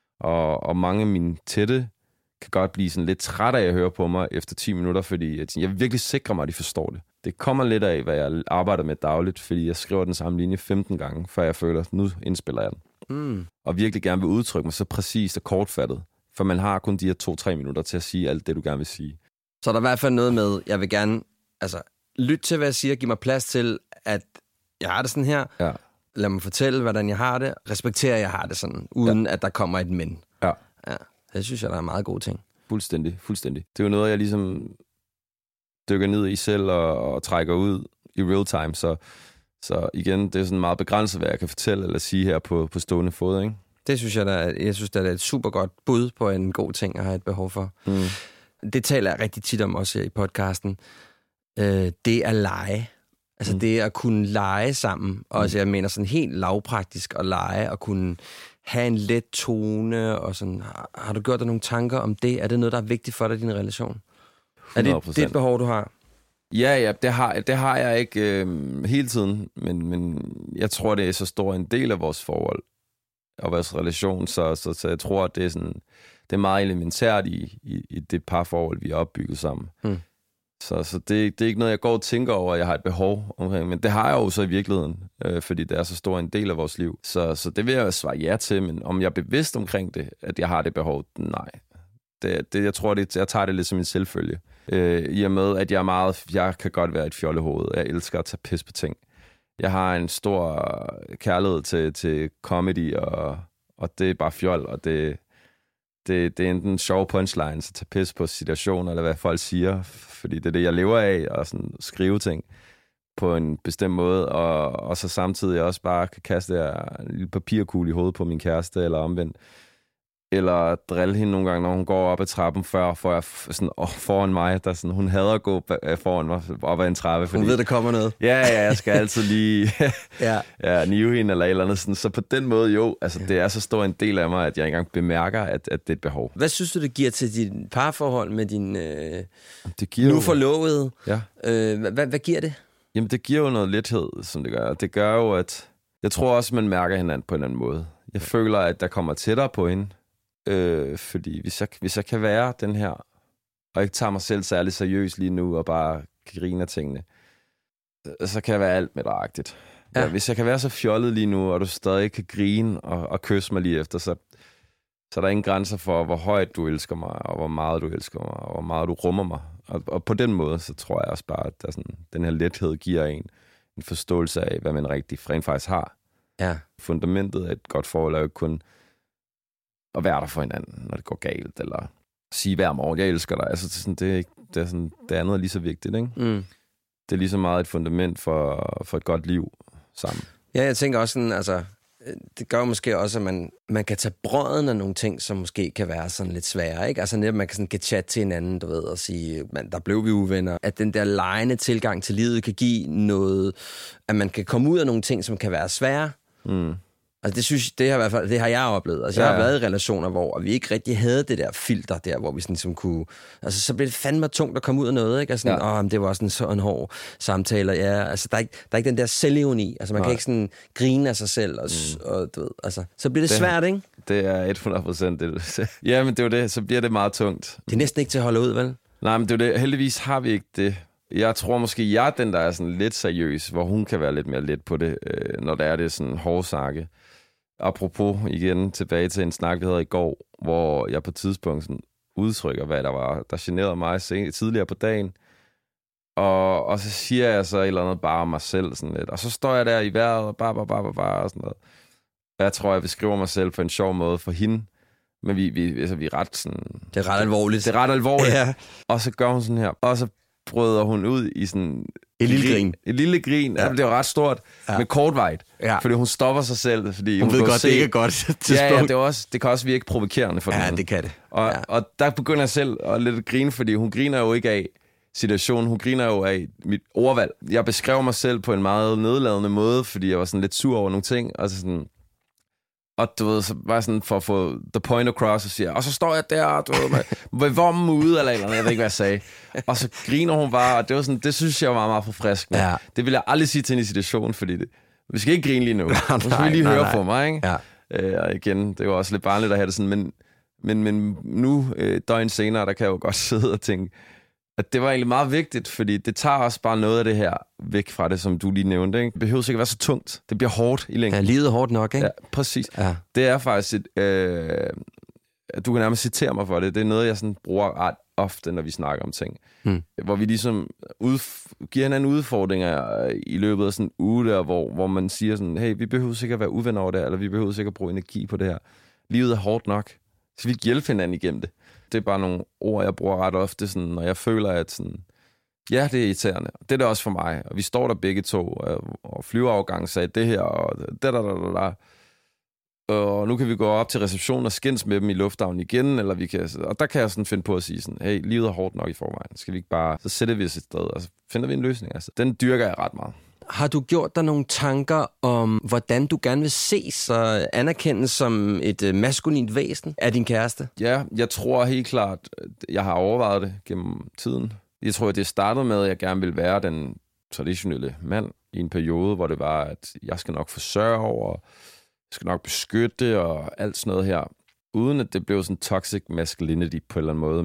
Og mange af mine tætte kan godt blive sådan lidt træt af at høre på mig efter 10 minutter, fordi jeg virkelig sikrer mig, at de forstår det. Det kommer lidt af, hvad jeg arbejder med dagligt, fordi jeg skriver den samme linje 15 gange, før jeg føler, at nu indspiller jeg den. Og virkelig gerne vil udtrykke mig så præcist og kortfattet, for man har kun de her 2-3 minutter til at sige alt det, du gerne vil sige. Så der er i hvert fald noget med, jeg vil gerne lytte til, hvad jeg siger, give mig plads til, at jeg har det sådan her. Ja. Lad mig fortælle, hvordan jeg har det. Respektere, at jeg har det sådan, uden at der kommer et men. Ja. Det synes jeg, der er en meget god ting. Fuldstændig. Det er jo noget, jeg ligesom dykker ned i selv og trækker ud i real time. Så igen, det er sådan meget begrænset, hvad jeg kan fortælle eller sige her på stående fod, ikke? Det synes jeg synes, det er et super godt bud på en god ting at have et behov for. Det taler jeg rigtig tit om også her i podcasten. Det at lege. Altså det at kunne lege sammen. Og altså, jeg mener sådan helt lavpraktisk at lege og kunne have en let tone. Og sådan. Har du gjort dig nogle tanker om det? Er det noget, der er vigtigt for dig i din relation? 100%. Er det et behov, du har? Ja, det har jeg ikke hele tiden. Men jeg tror, det er så stor en del af vores forhold og vores relation. Så jeg tror, at det er sådan... Det er meget elementært i det parforhold, vi har opbygget sammen. Så det er ikke noget, jeg går og tænker over, at jeg har et behov omkring. Men det har jeg jo så i virkeligheden, fordi det er så stor en del af vores liv. Så det vil jeg svare ja til, men om jeg er bevidst omkring det, at jeg har det behov, nej. Jeg tror, jeg tager det lidt som en selvfølge. I og med, at jeg kan godt være et fjollehoved. Jeg elsker at tage pis på ting. Jeg har en stor kærlighed til comedy, og det er bare fjol, og det er enten sjove punchlines, at tage pis på situationer, eller hvad folk siger, fordi det er det, jeg lever af, og sådan skrive ting på en bestemt måde, og så samtidig også bare kan kaste en lille papirkugle i hovedet på min kæreste, eller omvendt. Eller drille hende nogle gange, når hun går op ad trappen foran mig. Der sådan, hun hader at gå foran mig op ad en trappe. Fordi, hun ved, der kommer noget. Ja, jeg skal altid lige nive hende eller et eller andet. Sådan. Så på den måde, jo, altså, det er så stor en del af mig, at jeg engang bemærker, at det er et behov. Hvad synes du, det giver til dit parforhold med din nu forlovede? Ja. Hvad giver det? Jamen, det giver jo noget lethed, som det gør. Det gør jo, at jeg tror også, man mærker hinanden på en anden måde. Jeg føler, at der kommer tættere på hende. Fordi hvis jeg kan være den her, og ikke tager mig selv særlig seriøst lige nu, og bare griner tingene, så kan jeg være alt med dig-agtigt. Ja, hvis jeg kan være så fjollet lige nu, og du stadig kan grine og kysse mig lige efter, så er der ingen grænser for, hvor højt du elsker mig, og hvor meget du elsker mig, og hvor meget du rummer mig. Og på den måde, så tror jeg også bare, at der sådan, den her lethed giver en forståelse af, hvad man rent faktisk har. Ja. Fundamentet af et godt forhold er jo ikke kun at være der for hinanden, når det går galt, eller sige hver morgen, jeg elsker dig. Altså, det andet er lige så vigtigt, ikke? Mm. Det er lige så meget et fundament for et godt liv sammen. Ja, jeg tænker også sådan, altså, det gør måske også, at man kan tage brøden af nogle ting, som måske kan være sådan lidt svære, ikke? Altså netop, man kan sådan get chat til hinanden, du ved, og sige, der blev vi uvenner. At den der legende tilgang til livet kan give noget, at man kan komme ud af nogle ting, som kan være svære. Mm. Altså det har jeg oplevet. Altså jeg har været i relationer, hvor vi ikke rigtig havde det der filter der, hvor vi sådan kunne... Altså så blev det fandme tungt at komme ud af noget, ikke? Altså sådan, det var sådan en hård samtale. Ja, altså der er ikke den der selvironi. Altså man kan ikke sådan grine af sig selv, og du ved, altså så bliver det svært, ikke? Det er 100% det. Ja, men det er jo det. Så bliver det meget tungt. Det er næsten ikke til at holde ud, vel? Nej, men det er det. Heldigvis har vi ikke det. Jeg tror måske, jeg er den, der er sådan lidt seriøs, hvor hun kan være lidt mere let på det, når der er det sådan hårdsakke. Apropos igen tilbage til en snak, vi havde i går, hvor jeg på et tidspunkt sådan udtrykker, hvad der var, der generede mig tidligere på dagen. Og så siger jeg så et eller andet bare om mig selv sådan lidt. Og så står jeg der i vejret og bare og sådan noget. Jeg tror, jeg beskriver mig selv på en sjov måde for hende. Men vi er ret sådan... Det er ret alvorligt. Det er ret alvorligt. Ja. Og så gør hun sådan her. Og så bryder hun ud i sådan... Et lille grin. Et lille grin. Ja. Det var ret stort, med kortvejt. Ja. Fordi hun stopper sig selv. Fordi hun ved godt, det ikke er godt tidspunkt. Ja, det kan også virke provokerende for hende. Ja, det kan det. Og der begynder jeg selv at lidt grine, fordi hun griner jo ikke af situationen. Hun griner jo af mit ordvalg. Jeg beskrev mig selv på en meget nedladende måde, fordi jeg var sådan lidt sur over nogle ting. Og så sådan... Og du ved, så var jeg sådan for at få the point across og siger, og så står jeg der, du ved, med vommen ude, eller jeg ved ikke, hvad jeg sagde. Og så griner hun bare, og det var sådan, det synes jeg var meget forfriskende. Ja. Det vil jeg aldrig sige til hende i situationen, fordi vi skal ikke grine lige nu. Nu skal vi lige høre på mig, ikke? Ja. Og igen, det var også lidt barnligt at have det sådan, men nu, døgn senere, der kan jeg jo godt sidde og tænke, at det var egentlig meget vigtigt, fordi det tager også bare noget af det her væk fra det, som du lige nævnte. Ikke? Det behøver sikkert være så tungt. Det bliver hårdt i længden. Ja, livet er hårdt nok, ikke? Ja, præcis. Ja. Det er faktisk du kan nærmest citere mig for det. Det er noget, jeg sådan bruger ret ofte, når vi snakker om ting. Hvor vi ligesom giver hinanden udfordringer i løbet af sådan en uge der, hvor man siger sådan, hey, vi behøver sikkert være uvenner over det, eller vi behøver sikkert bruge energi på det her. Livet er hårdt nok. Så vi hjælper hinanden igennem det. Det er bare nogle ord, jeg bruger ret ofte, sådan, når jeg føler, at sådan, ja, det er irriterende. Det er det også for mig. Og vi står der begge to, og flyveafgangen sagde det her, og da. Og nu kan vi gå op til receptionen og skændes med dem i lufthavnen igen, eller vi kan, og der kan jeg sådan finde på at sige sådan, hey, livet er hårdt nok i forvejen. Skal vi ikke bare, så sætter vi os et sted, og så finder vi en løsning. Altså, den dyrker jeg ret meget. Har du gjort dig nogle tanker om, hvordan du gerne vil ses og anerkendes som et maskulint væsen af din kæreste? Ja, jeg tror helt klart, jeg har overvejet det gennem tiden. Jeg tror, at det startede med, at jeg gerne ville være den traditionelle mand i en periode, hvor det var, at jeg skal nok forsørge og skal nok beskytte og alt sådan noget her. Uden at det blev sådan toxic masculinity på en eller anden måde,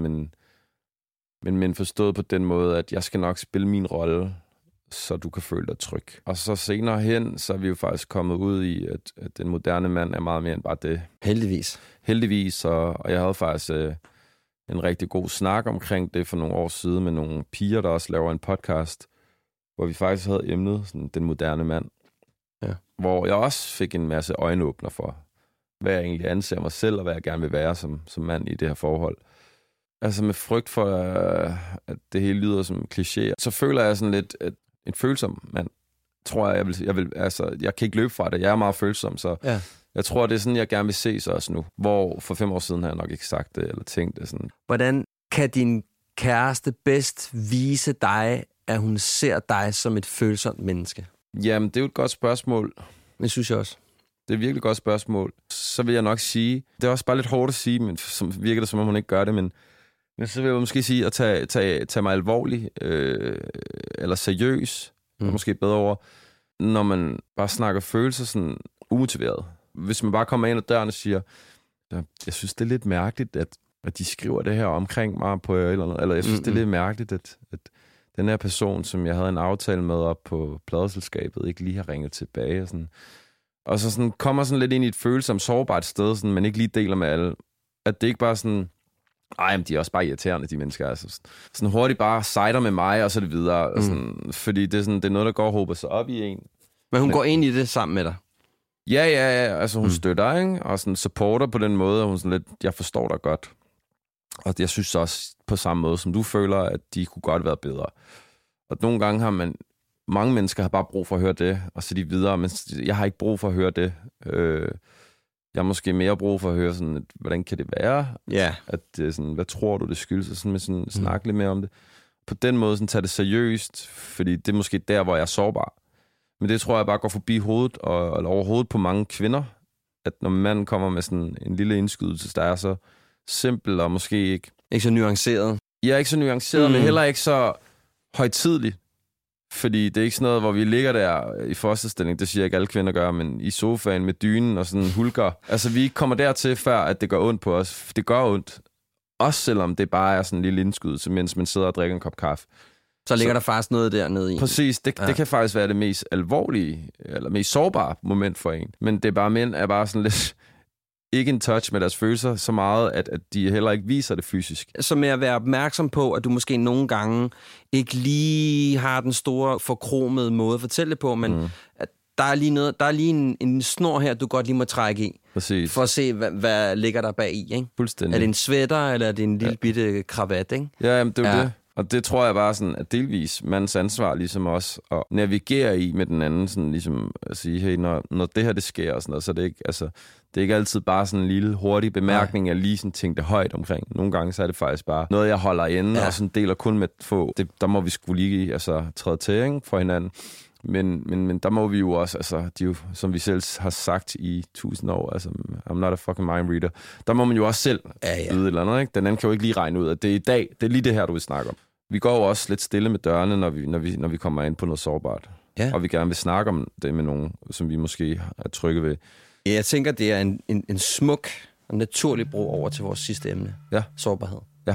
men forstået på den måde, at jeg skal nok spille min rolle, så du kan føle dig tryg. Og så senere hen, så er vi jo faktisk kommet ud i, at den moderne mand er meget mere end bare det. Heldigvis, og jeg havde faktisk en rigtig god snak omkring det for nogle år siden med nogle piger, der også laver en podcast, hvor vi faktisk havde emnet sådan, den moderne mand. Ja. Hvor jeg også fik en masse øjenåbner for, hvad jeg egentlig anser mig selv, og hvad jeg gerne vil være som mand i det her forhold. Altså med frygt for, at det hele lyder som kliché, så føler jeg sådan lidt, at en følsom mand, tror jeg vil, altså, jeg kan ikke løbe fra det. Jeg er meget følsom, så jeg tror, det er sådan, jeg gerne vil ses også nu. Hvor for 5 år siden har jeg nok ikke sagt det, eller tænkt det sådan. Hvordan kan din kæreste bedst vise dig, at hun ser dig som et følsomt menneske? Jamen, det er jo et godt spørgsmål. Det synes jeg også. Det er et virkelig godt spørgsmål. Så vil jeg nok sige, det er også bare lidt hårdt at sige, men som virker det, som om hun ikke gør det, men så vil jeg måske sige at tage mig alvorlig, eller seriøs, og måske bedre over, når man bare snakker følelser sådan umotiveret. Hvis man bare kommer ind ad døren og siger, jeg synes, det er lidt mærkeligt, at de skriver det her omkring mig på eller jeg synes, det er lidt mærkeligt, at den her person, som jeg havde en aftale med op på pladeselskabet, ikke lige har ringet tilbage. Og så sådan, kommer sådan lidt ind i et følsomt sårbart sted, sådan, man ikke lige deler med alle. At det ikke bare sådan, Ej, men de er også bare irriterende, de mennesker. Altså, sådan hurtigt bare sejder med mig, og så det videre. Og sådan, fordi det er noget, der går og håber sig op i en. Men hun går ind i det sammen med dig? Ja, altså hun støtter, ikke? Og sådan supporter på den måde, og hun sådan lidt, jeg forstår dig godt. Og jeg synes også på samme måde, som du føler, at de kunne godt være bedre. Og nogle gange har mange mennesker har bare brug for at høre det, og så de videre, men jeg har ikke brug for at høre det. Jeg har måske mere brug for at høre sådan, at, hvordan kan det være? Ja. At sådan, hvad tror du, det skyldes? Og sådan med sådan snakke lidt mere om det. På den måde sådan, tage det seriøst, fordi det er måske der, hvor jeg er sårbar. Men det tror jeg bare går forbi hovedet, og over hovedet på mange kvinder, at når manden kommer med sådan en lille indskydelse, der er så simpel og måske ikke... Ikke så nuanceret. Ja, ikke så nuanceret, men heller ikke så højtidligt. Fordi det er ikke sådan noget, hvor vi ligger der i fosterstilling, det siger jeg ikke alle kvinder gør, men i sofaen med dynen og sådan hulker. Altså, vi kommer dertil, før at det gør ondt på os. Det gør ondt. Også selvom det bare er sådan en lille indskydelse, mens man sidder og drikker en kop kaffe. Så ligger der faktisk noget dernede i. Præcis. Det kan faktisk være det mest alvorlige, eller mest sårbare moment for en. Men det er bare, mænd er bare sådan lidt... ikke en touch med deres følelser så meget, at de heller ikke viser det fysisk. Så med at være opmærksom på, at du måske nogle gange ikke lige har den store forkromede måde at fortælle det på, men at der er lige en snor her, du godt lige må trække i. Præcis. For at se, hvad ligger der bag i, ikke? Fuldstændig. Er det en sweater, eller er det en lille bitte kravat, ikke? Ja, jamen, det er jo det. Og det tror jeg bare sådan, at delvis mandens ansvar ligesom også at navigere i med den anden, sådan ligesom at sige, hey, når det her det sker og sådan noget, så det er ikke, altså, det er ikke altid bare sådan en lille hurtig bemærkning, jeg lige sådan tænkte højt omkring. Nogle gange så er det faktisk bare noget, jeg holder inde, og sådan deler kun med få. Der må vi sgu lige træde til, ikke, for hinanden. Men der må vi jo også, altså, de jo, som vi selv har sagt i 1000 år, altså, I'm not a fucking mind reader, der må man jo også selv yde et eller andet, ikke? Den anden kan jo ikke lige regne ud, at det er i dag, det er lige det her, du vil snakke om. Vi går jo også lidt stille med dørene, når vi kommer ind på noget sårbart. Ja. Og vi gerne vil snakke om det med nogen, som vi måske er trygge ved. Ja, jeg tænker, det er en smuk og naturlig bro over til vores sidste emne. Ja. Sårbarhed. Ja.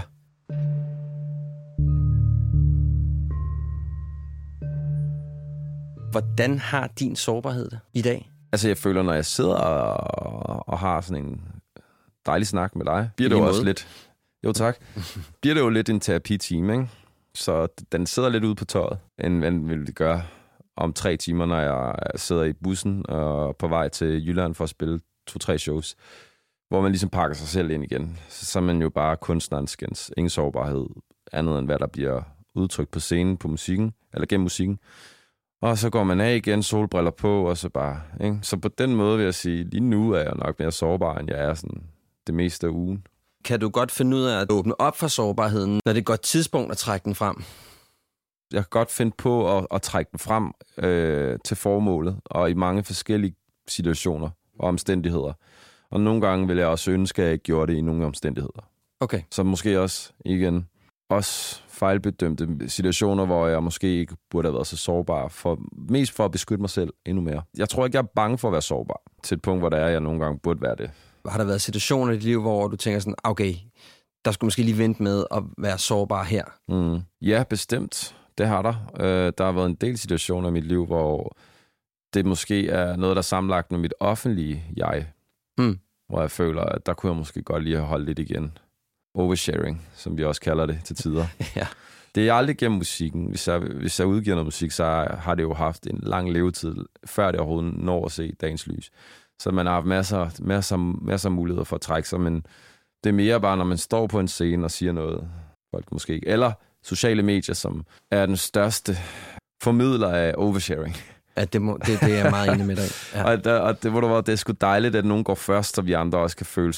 Hvordan har din sårbarhed det i dag? Altså, jeg føler, når jeg sidder og har sådan en dejlig snak med dig, bliver det jo også lidt... Jo, tak. Bliver det jo lidt en terapitime, ikke? Så den sidder lidt ude på tøjet, end hvad vil det gøre om 3 timer, når jeg sidder i bussen og på vej til Jylland for at spille 2-3 shows, hvor man ligesom pakker sig selv ind igen. Så er man jo bare kunstnerens ingen sårbarhed, andet end hvad der bliver udtrykt på scenen, på musikken, eller gennem musikken. Og så går man af igen, solbriller på, og så bare, ikke? Så på den måde vil jeg sige, lige nu er jeg nok mere sårbar, end jeg er sådan det meste af ugen. Kan du godt finde ud af at åbne op for sårbarheden, når det er et godt tidspunkt at trække den frem? Jeg kan godt finde på at trække den frem til formålet, og i mange forskellige situationer og omstændigheder. Og nogle gange vil jeg også ønske, at jeg ikke gjorde det i nogle omstændigheder. Okay. Så måske også, igen, også fejlbedømte situationer, hvor jeg måske ikke burde have været så sårbar, mest for at beskytte mig selv endnu mere. Jeg tror ikke, jeg er bange for at være sårbar, til et punkt, hvor der er, jeg nogle gange burde være det. Har der været situationer i dit liv, hvor du tænker sådan, okay, der skulle måske lige vente med at være sårbar her? Ja, bestemt. Det har der. Der har været en del situationer i mit liv, hvor det måske er noget, der er sammenlagt med mit offentlige jeg. Hvor jeg føler, at der kunne jeg måske godt lige have holdt lidt igen. Oversharing, som vi også kalder det til tider. Ja. Det er aldrig gennem musikken. Hvis jeg udgiver noget musik, så har det jo haft en lang levetid, før det overhovedet når at se dagens lys. Så man har haft masser af muligheder for at trække sig, men det er mere bare, når man står på en scene og siger noget, folk måske ikke. Eller sociale medier, som er den største formidler af oversharing. Ja, det er jeg meget enig med dig. Ja. og det er sgu dejligt, at nogen går først, så vi andre også kan føle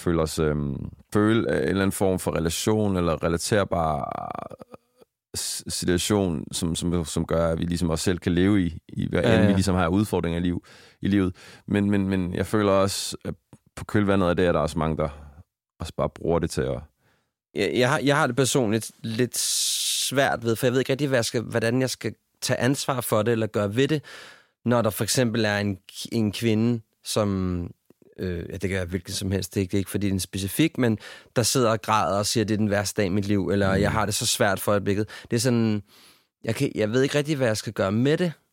en eller anden form for relation, eller relaterbar situation, som gør, at vi ligesom også selv kan leve i hvad end vi ligesom har udfordringer i livet. Men jeg føler også, at på kølvandet af det, er der også mange, der også bare bruger det til at... Jeg har det personligt lidt svært ved, for jeg ved ikke rigtig, hvordan jeg skal tage ansvar for det, eller gøre ved det, når der for eksempel er en kvinde, som... det kan være hvilken som helst, det er ikke fordi den er specifik, men der sidder og græder og siger, at det er den værste dag i mit liv, eller jeg har det så svært for øjeblikket. Det er sådan, jeg ved ikke rigtig, hvad jeg skal gøre med det.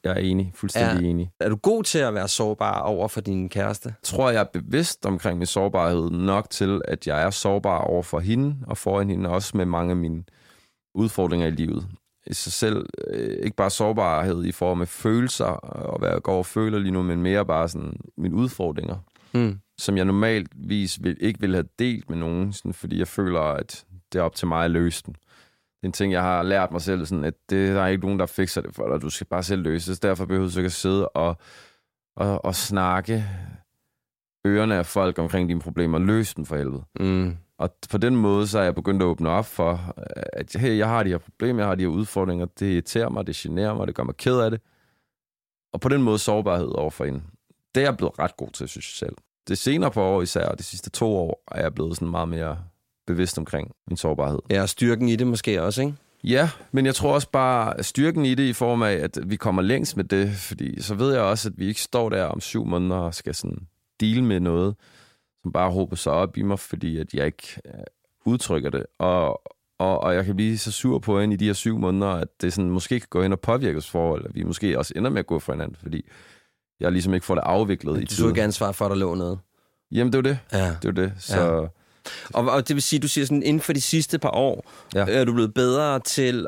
Jeg er enig. Fuldstændig enig. Er du god til at være sårbar over for din kæreste? Jeg tror, jeg er bevidst omkring min sårbarhed nok til, at jeg er sårbar over for hende, og foran hende også med mange af mine udfordringer i livet. I sig selv ikke bare sårbarhed i form af følelser, og hvad jeg går og føler lige nu, men mere bare sådan mine udfordringer, som jeg normalvis ikke vil have delt med nogen, sådan, fordi jeg føler, at det er op til mig at løse den. Det er en ting, jeg har lært mig selv, sådan, at der er ikke nogen, der fikser det for dig. Du skal bare selv løse det. Derfor behøver du ikke at sidde og snakke ørerne af folk omkring dine problemer. Løs dem for helvede. Og på den måde, så er jeg begyndt at åbne op for, at hey, jeg har de her problemer, jeg har de her udfordringer. Det irriterer mig, det generer mig, det gør mig ked af det. Og på den måde sårbarhed overfor hende. Det er jeg blevet ret god til, synes jeg selv. Det senere på år især, de sidste 2 år, er jeg blevet sådan meget mere bevidst omkring min sårbarhed. Ja, styrken i det måske også, ikke? Ja, men jeg tror også bare styrken i det i form af, at vi kommer længst med det, fordi så ved jeg også, at vi ikke står der om 7 måneder og skal sådan deal med noget, som bare håber sig op i mig, fordi at jeg ikke udtrykker det. Og jeg kan blive så sur på hende i de her 7 måneder, at det sådan måske kan gå hen og påvirke os forhold, at vi måske også ender med at gå fra hinanden, fordi jeg ligesom ikke får det afviklet i tiden. Du tog ikke ansvar for, at der lå noget. Jamen, det er det. Ja. Det er det. Så... Ja. Og det vil sige, du siger sådan, inden for de sidste par år, er du blevet bedre til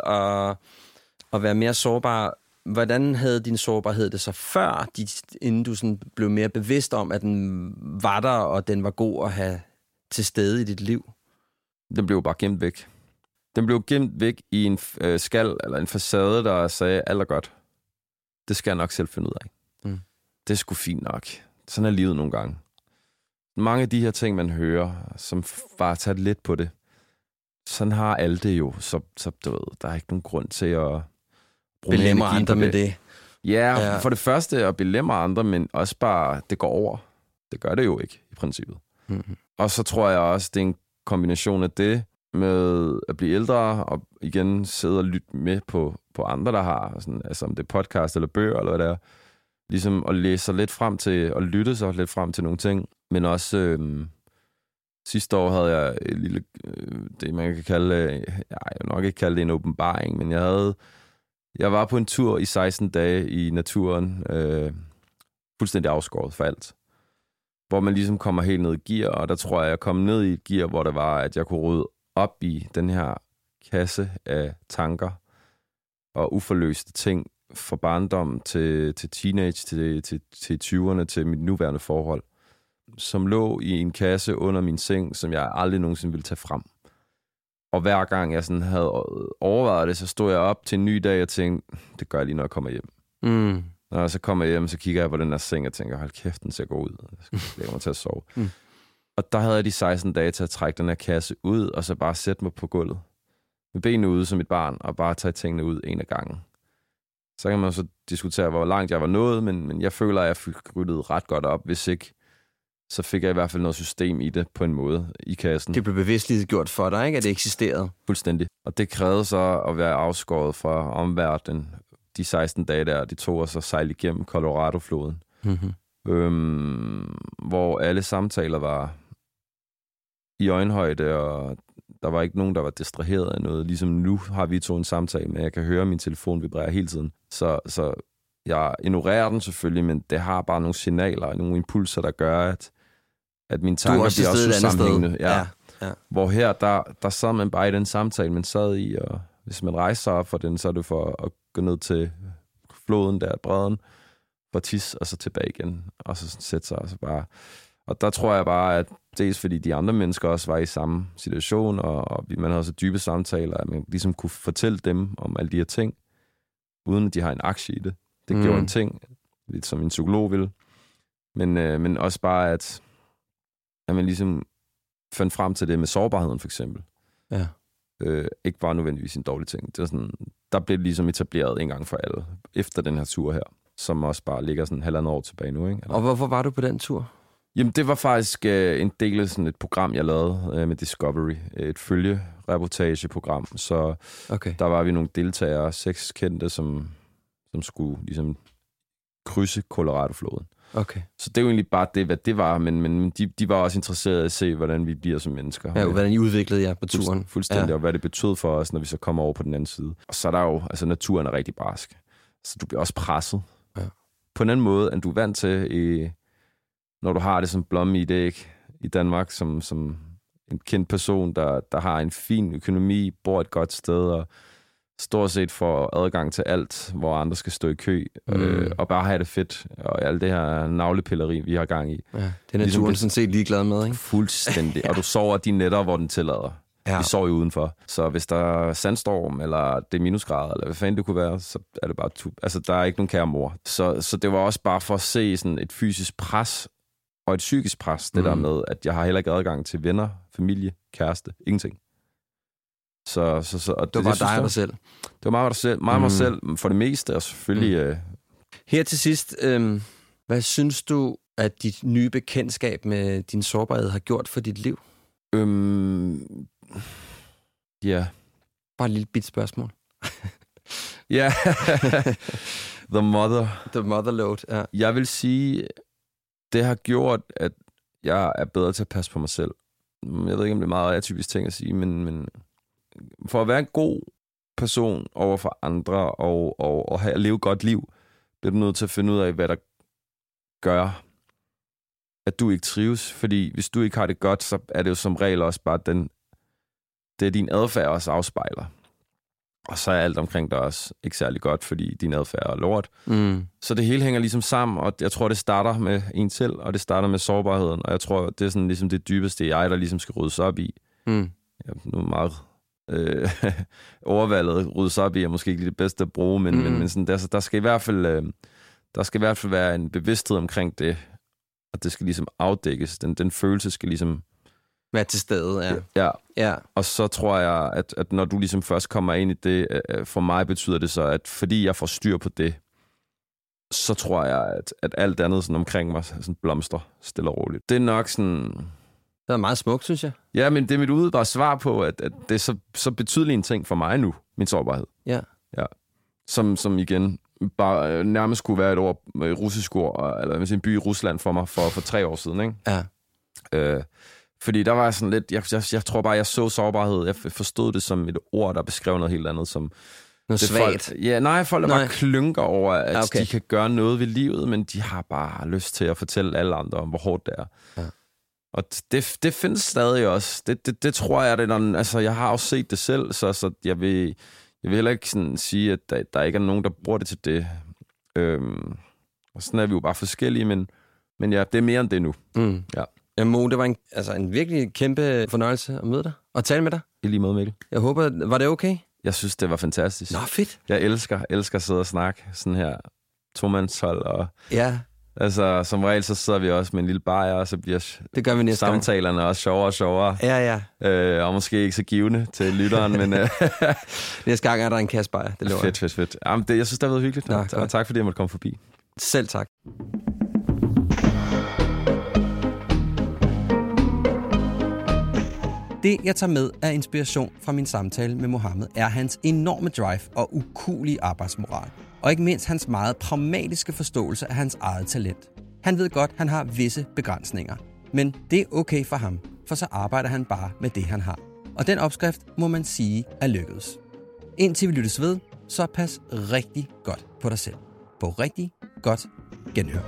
at være mere sårbar. Hvordan havde din sårbarhed det så før, inden du sådan blev mere bevidst om, at den var der, og den var god at have til stede i dit liv? Den blev bare gemt væk. Den blev gemt væk i en skal eller en facade, der sagde, alt er godt. Det skal jeg nok selv finde ud af. Det er sgu fint nok. Sådan er livet nogle gange. Mange af de her ting, man hører, som bare tager lidt på det, sådan har alle det jo. Så du ved, der er ikke nogen grund til at bruge belemre andre med det. Ja, for det første at belemre andre, men også bare, det går over. Det gør det jo ikke, i princippet. Og så tror jeg også, det er en kombination af det, med at blive ældre, og igen sidde og lytte med på andre, der har, sådan, altså om det er podcast eller bøger, eller hvad det er. Ligesom at læse sig lidt frem til, og lytte sig lidt frem til nogle ting. Men også sidste år havde jeg et lille, det man kan kalde, jeg vil nok ikke kalde det en åbenbaring, men jeg var på en tur i 16 dage i naturen, fuldstændig afskåret for alt. Hvor man ligesom kommer helt ned i gear, og der tror jeg kom ned i et gear, hvor det var, at jeg kunne rydde op i den her kasse af tanker og uforløste ting fra barndom til teenage, til 20'erne, til mit nuværende forhold, som lå i en kasse under min seng, som jeg aldrig nogensinde ville tage frem. Og hver gang jeg sådan havde overvejet det, så stod jeg op til en ny dag og tænkte, det gør jeg lige, når jeg kommer hjem. Når jeg så kommer hjem, så kigger jeg på den her seng og tænker, hold kæft, den ser god ud. Jeg skal lægge mig til at sove. Og der havde jeg de 16 dage til at trække den her kasse ud, og så bare sætte mig på gulvet. Med benene ude som et barn, og bare tage tingene ud en af gangen. Så kan man så diskutere, hvor langt jeg var nået, men jeg føler, at jeg fik ryddet ret godt op. Hvis ikke, så fik jeg i hvert fald noget system i det på en måde i kassen. Det blev bevidstligt gjort for dig, ikke? At det eksisterede? Fuldstændig. Og det krævede så at være afskåret fra omverdenen. De 16 dage der, de tog os og sejle igennem Colorado-floden. Hvor alle samtaler var i øjenhøjde, og der var ikke nogen, der var distraheret af noget. Ligesom nu har vi to en samtale, men jeg kan høre, at min telefon vibrerer hele tiden. Så jeg ignorerer den selvfølgelig, men det har bare nogle signaler, nogle impulser, der gør, at mine tanker bliver også sammenhængende. Ja. Hvor her, der sad man bare i den samtale, man sad i, og hvis man rejser sig op for den, så er det for at gå ned til floden der, bredden, for tis, og så tilbage igen, og så sætte sig, og så bare... Og der tror jeg bare, at dels fordi de andre mennesker også var i samme situation, og man havde så dybe samtaler, at man ligesom kunne fortælle dem om alle de her ting, uden at de har en aktie i det. Det gjorde en ting, lidt som en psykolog ville. Men også bare, at man ligesom fandt frem til det med sårbarheden, for eksempel. Ja. Ikke bare nødvendigvis en dårlig ting. Det er sådan, der blev det ligesom etableret en gang for alle, efter den her tur her, som også bare ligger sådan 1,5 år tilbage nu. Ikke? Og hvorfor var du på den tur? Jamen, det var faktisk en del af sådan et program, jeg lavede med Discovery. Et følgereportageprogram. Så der var vi nogle deltagere, 6 kendte, som skulle ligesom krydse Colorado-floden. Okay. Så det er jo egentlig bare det, hvad det var, men de var også interesserede i at se, hvordan vi bliver som mennesker. Ja, hvordan I udviklede jer på turen. Fuldstændig, og hvad det betød for os, når vi så kommer over på den anden side. Og så er der jo, altså naturen er rigtig barsk. Så du bliver også presset på en anden måde, end du er vant til, når du har det som blomme i det, ikke? I Danmark, som en kendt person, der har en fin økonomi, bor et godt sted, og stort set får adgang til alt, hvor andre skal stå i kø, og bare have det fedt, og alt det her navlepilleri, vi har gang i. Ja, det er naturen sådan set ligeglad med, ikke? Fuldstændig. Og du sover de nætter, hvor den tillader. Ja. Vi sover jo udenfor. Så hvis der er sandstorm, eller det er minusgrader, eller hvad fanden det kunne være, så er det bare altså, der er ikke nogen kære mor. Så det var også bare for at se sådan et fysisk pres, og et psykisk pres, det der med, at jeg har heller ikke adgang til venner, familie, kæreste, ingenting. Og det var dig og dig selv. Det var meget mig selv, for det meste, og selvfølgelig... Her til sidst, hvad synes du, at dit nye bekendtskab med din sårbarhed har gjort for dit liv? Ja. Bare et lille bit spørgsmål. Ja. The mother load, ja. Jeg vil sige, det har gjort, at jeg er bedre til at passe på mig selv. Jeg ved ikke, om det er meget atypisk ting at sige, men for at være en god person over for andre og leve et godt liv, bliver du nødt til at finde ud af, hvad der gør, at du ikke trives. Fordi hvis du ikke har det godt, så er det jo som regel også bare det er din adfærd også afspejler. Og så er alt omkring dig også ikke særlig godt, fordi din adfærd er lort. Så det hele hænger ligesom sammen, og jeg tror, det starter med en selv, og det starter med sårbarheden. Og jeg tror, det er sådan ligesom det dybeste jeg, der ligesom skal ryddes op i. Ja, nu er meget overvalget ryddes op i, er måske ikke det bedste at bruge, men sådan, der skal i hvert fald være en bevidsthed omkring det, og det skal ligesom afdækkes. Den følelse skal ligesom være til stede, ja. Ja. Og så tror jeg, at når du ligesom først kommer ind i det, for mig betyder det så, at fordi jeg får styr på det, så tror jeg, at alt andet sådan omkring mig sådan blomstrer stille og roligt. Det er nok sådan... Det er meget smukt, synes jeg. Ja, men det er mit udebare svar på, at det er så betydelig en ting for mig nu, min sårbarhed. Ja. Som igen bare nærmest kunne være et ord, russisk ord, eller en by i Rusland for mig for 3 år siden, ikke? Ja. Fordi der var jeg sådan lidt, jeg tror bare, jeg så sårbarhed, jeg forstod det som et ord, der beskrev noget helt andet, som... Noget svagt? Folk der bare klynker over, at de kan gøre noget ved livet, men de har bare lyst til at fortælle alle andre om, hvor hårdt det er. Ja. Og det findes stadig også. Det tror jeg, altså jeg har også set det selv, så jeg vil heller ikke sådan sige, at der ikke er nogen, der bruger det til det. Og sådan er vi jo bare forskellige, men ja, det er mere end det nu. Ja. Ja, Mo, det var en virkelig kæmpe fornøjelse at møde dig og tale med dig. I lige måde, Mikkel. Jeg håber, var det okay? Jeg synes, det var fantastisk. Nå, fedt. Jeg elsker at sidde og snakke sådan her tomandshold. Og ja. Altså, som regel, så sidder vi også med en lille bajer, og så bliver det gør vi næste samtalerne gang. Også sjovere og sjovere. Ja. Og måske ikke så givende til lytteren, men... Næste gang er der en kasse bajer, det lover jeg. Fedt. Jamen, jeg synes, det har været hyggeligt. Nå, og tak, fordi jeg måtte komme forbi. Selv tak. Det, jeg tager med af inspiration fra min samtale med Mohammed, er hans enorme drive og ukulige arbejdsmoral. Og ikke mindst hans meget pragmatiske forståelse af hans eget talent. Han ved godt, han har visse begrænsninger. Men det er okay for ham, for så arbejder han bare med det, han har. Og den opskrift må man sige er lykkedes. Indtil vi lyttes ved, så pas rigtig godt på dig selv. På rigtig godt genhør.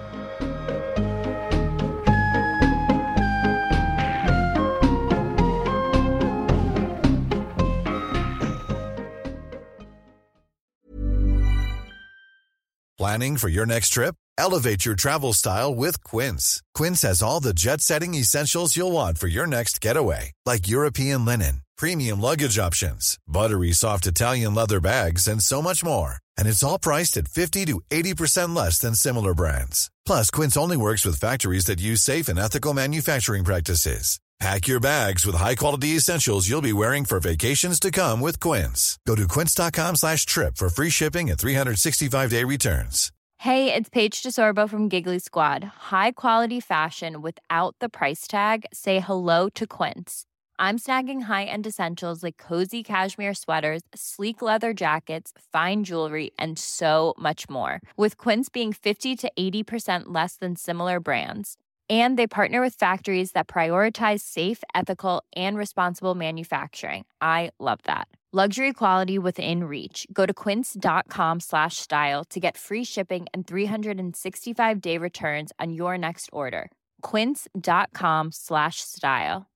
Planning for your next trip? Elevate your travel style with Quince. Quince has all the jet-setting essentials you'll want for your next getaway, like European linen, premium luggage options, buttery soft Italian leather bags, and so much more. And it's all priced at 50 to 80% less than similar brands. Plus, Quince only works with factories that use safe and ethical manufacturing practices. Pack your bags with high-quality essentials you'll be wearing for vacations to come with Quince. Go to quince.com/trip for free shipping and 365-day returns. Hey, it's Paige DeSorbo from Giggly Squad. High quality fashion without the price tag. Say hello to Quince. I'm snagging high-end essentials like cozy cashmere sweaters, sleek leather jackets, fine jewelry, and so much more. With Quince being 50 to 80% less than similar brands. And they partner with factories that prioritize safe, ethical, and responsible manufacturing. I love that. Luxury quality within reach. Go to quince.com/style to get free shipping and 365-day returns on your next order. Quince.com/style.